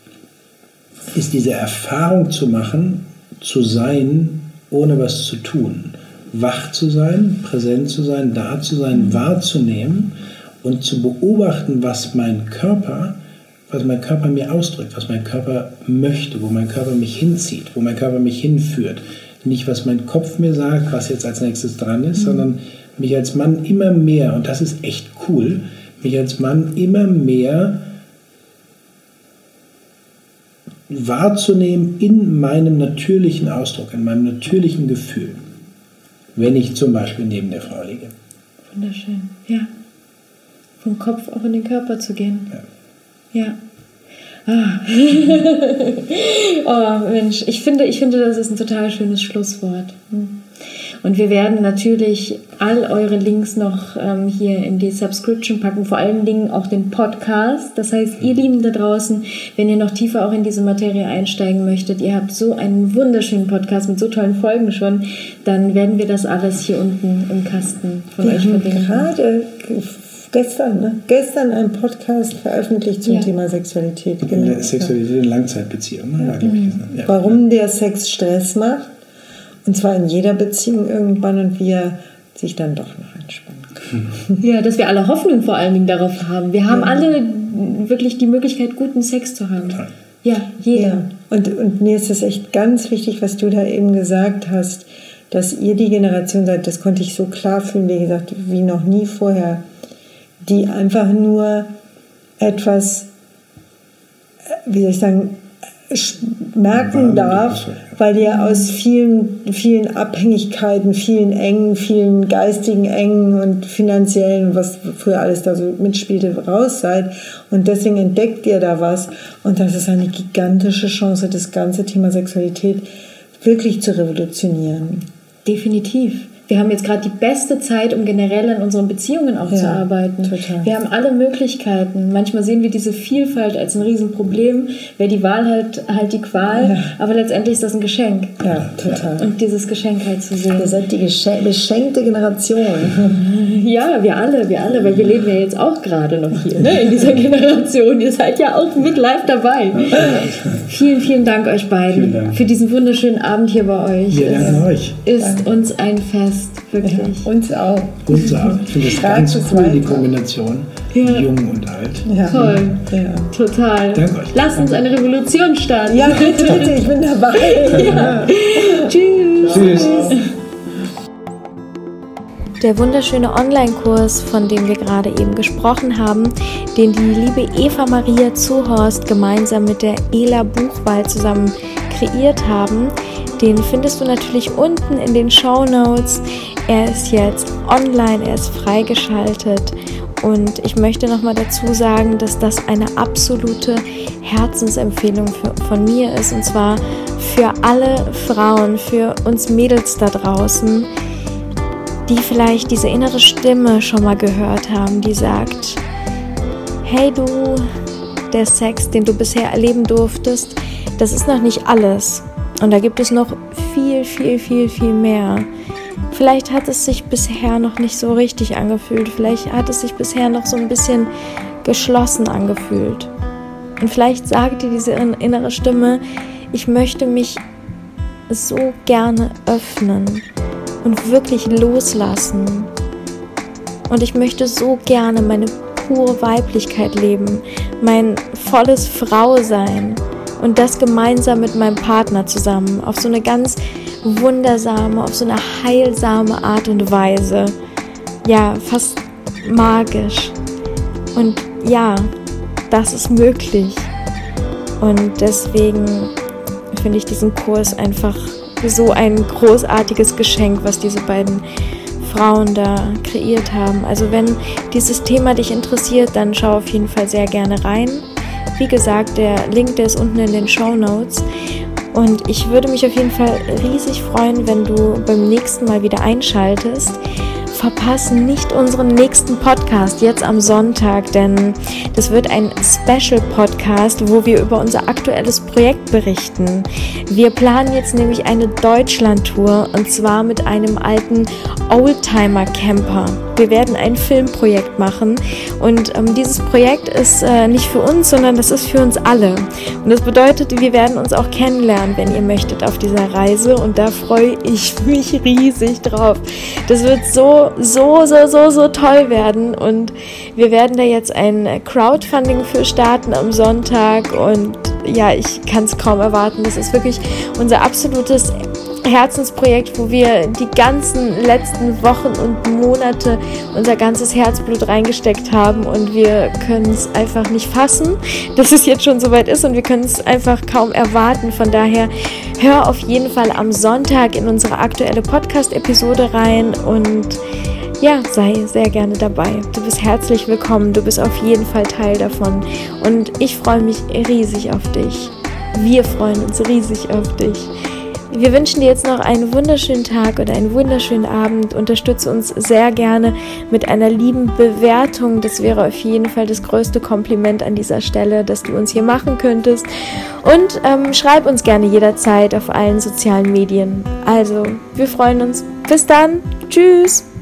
ist diese Erfahrung zu machen, zu sein, ohne was zu tun. Wach zu sein, präsent zu sein, da zu sein, wahrzunehmen und zu beobachten, was mein Körper was mein Körper mir ausdrückt, was mein Körper möchte, wo mein Körper mich hinzieht, wo mein Körper mich hinführt. Nicht, was mein Kopf mir sagt, was jetzt als nächstes dran ist, mhm. sondern mich als Mann immer mehr, und das ist echt cool, mich als Mann immer mehr wahrzunehmen in meinem natürlichen Ausdruck, in meinem natürlichen Gefühl, wenn ich zum Beispiel neben der Frau liege. Wunderschön, ja. Vom Kopf auch in den Körper zu gehen. Ja. Ja. Ah. Oh Mensch, ich finde, ich finde, das ist ein total schönes Schlusswort. Und wir werden natürlich all eure Links noch ähm, hier in die Subscription packen, vor allen Dingen auch den Podcast. Das heißt, ihr Lieben da draußen, wenn ihr noch tiefer auch in diese Materie einsteigen möchtet, ihr habt so einen wunderschönen Podcast mit so tollen Folgen schon, dann werden wir das alles hier unten im Kasten von wir euch verlinken. Gerade Gestern, ne? Gestern einen Podcast veröffentlicht zum ja. Thema Sexualität. Genau. Sexualität in Langzeitbeziehungen. Ne? Ja. Mhm. Ja. Warum der Sex Stress macht. Und zwar in jeder Beziehung irgendwann und wie er sich dann doch noch entspannen kann. Ja, dass wir alle Hoffnung vor allen Dingen darauf haben. Wir haben ja. alle wirklich die Möglichkeit, guten Sex zu haben. Total. Ja, jeder. Ja. Und, und mir ist das echt ganz wichtig, was du da eben gesagt hast, dass ihr die Generation seid, das konnte ich so klar fühlen, wie gesagt, wie noch nie vorher, die einfach nur etwas, wie soll ich sagen, merken darf, weil ihr aus vielen, vielen Abhängigkeiten, vielen engen, vielen geistigen engen und finanziellen, was früher alles da so mitspielte, raus seid. Und deswegen entdeckt ihr da was. Und das ist eine gigantische Chance, das ganze Thema Sexualität wirklich zu revolutionieren. Definitiv. Wir haben jetzt gerade die beste Zeit, um generell in unseren Beziehungen auch ja, zu arbeiten. Total. Wir haben alle Möglichkeiten. Manchmal sehen wir diese Vielfalt als ein Riesenproblem. Wer die Wahl hat, halt die Qual. Ja. Aber letztendlich ist das ein Geschenk. Ja, total. Und dieses Geschenk halt zu sehen. Ihr seid die Geschenk- beschenkte Generation. Ja, wir alle, wir alle. Weil wir leben ja jetzt auch gerade noch hier, ne, in dieser Generation. Ihr seid ja auch mit live dabei. Vielen, vielen Dank euch beiden Dank. für diesen wunderschönen Abend hier bei euch. Wir danken euch. Ist Danke. uns ein Fest. hast, wirklich. Ja, uns auch. Uns auch. Ich finde das ganz cool, die Kombination. Ja. Jung und alt. Ja. Toll. Ja. Total. Danke euch. Lass uns eine Revolution starten. Ja, bitte, bitte, ich bin dabei. Ja. Tschüss. Tschüss. Der wunderschöne Online-Kurs, von dem wir gerade eben gesprochen haben, den die liebe Eva Maria Zuhorst gemeinsam mit der Ela Buchwald zusammen kreiert haben, den findest du natürlich unten in den Shownotes. Er ist jetzt online, er ist freigeschaltet und ich möchte nochmal dazu sagen, dass das eine absolute Herzensempfehlung für, von mir ist, und zwar für alle Frauen, für uns Mädels da draußen, die vielleicht diese innere Stimme schon mal gehört haben, die sagt: Hey du, der Sex, den du bisher erleben durftest, das ist noch nicht alles. Und da gibt es noch viel, viel, viel, viel mehr. Vielleicht hat es sich bisher noch nicht so richtig angefühlt. Vielleicht hat es sich bisher noch so ein bisschen geschlossen angefühlt. Und vielleicht sagt dir diese innere Stimme: Ich möchte mich so gerne öffnen und wirklich loslassen. Und ich möchte so gerne meine pure Weiblichkeit leben, mein volles Frausein und das gemeinsam mit meinem Partner zusammen, auf so eine ganz wundersame, auf so eine heilsame Art und Weise. Ja, fast magisch. Und ja, das ist möglich. Und deswegen finde ich diesen Kurs einfach so ein großartiges Geschenk, was diese beiden Frauen da kreiert haben. Also wenn dieses Thema dich interessiert, dann schau auf jeden Fall sehr gerne rein. Wie gesagt, der Link, der ist unten in den Shownotes. Und ich würde mich auf jeden Fall riesig freuen, wenn du beim nächsten Mal wieder einschaltest. Verpasse nicht unseren nächsten Podcast jetzt am Sonntag, denn das wird ein Special-Podcast, wo wir über unser aktuelles Projekt berichten. Wir planen jetzt nämlich eine Deutschland-Tour, und zwar mit einem alten Oldtimer-Camper. Wir werden ein Filmprojekt machen, und ähm, dieses Projekt ist äh, nicht für uns, sondern das ist für uns alle. Und das bedeutet, wir werden uns auch kennenlernen, wenn ihr möchtet, auf dieser Reise, und da freue ich mich riesig drauf. Das wird so so, so, so, so toll werden, und wir werden da jetzt ein Crowdfunding für starten am Sonntag, und ja, ich kann es kaum erwarten. Das ist wirklich unser absolutes Herzensprojekt, wo wir die ganzen letzten Wochen und Monate unser ganzes Herzblut reingesteckt haben, und wir können es einfach nicht fassen, dass es jetzt schon soweit ist, und wir können es einfach kaum erwarten. Von daher hör auf jeden Fall am Sonntag in unsere aktuelle Podcast-Episode rein und ja, sei sehr gerne dabei. Du bist herzlich willkommen, du bist auf jeden Fall Teil davon, und ich freue mich riesig auf dich. Wir freuen uns riesig auf dich. Wir wünschen dir jetzt noch einen wunderschönen Tag oder einen wunderschönen Abend. Unterstütze uns sehr gerne mit einer lieben Bewertung. Das wäre auf jeden Fall das größte Kompliment an dieser Stelle, das du uns hier machen könntest. Und ähm, schreib uns gerne jederzeit auf allen sozialen Medien. Also, wir freuen uns. Bis dann. Tschüss.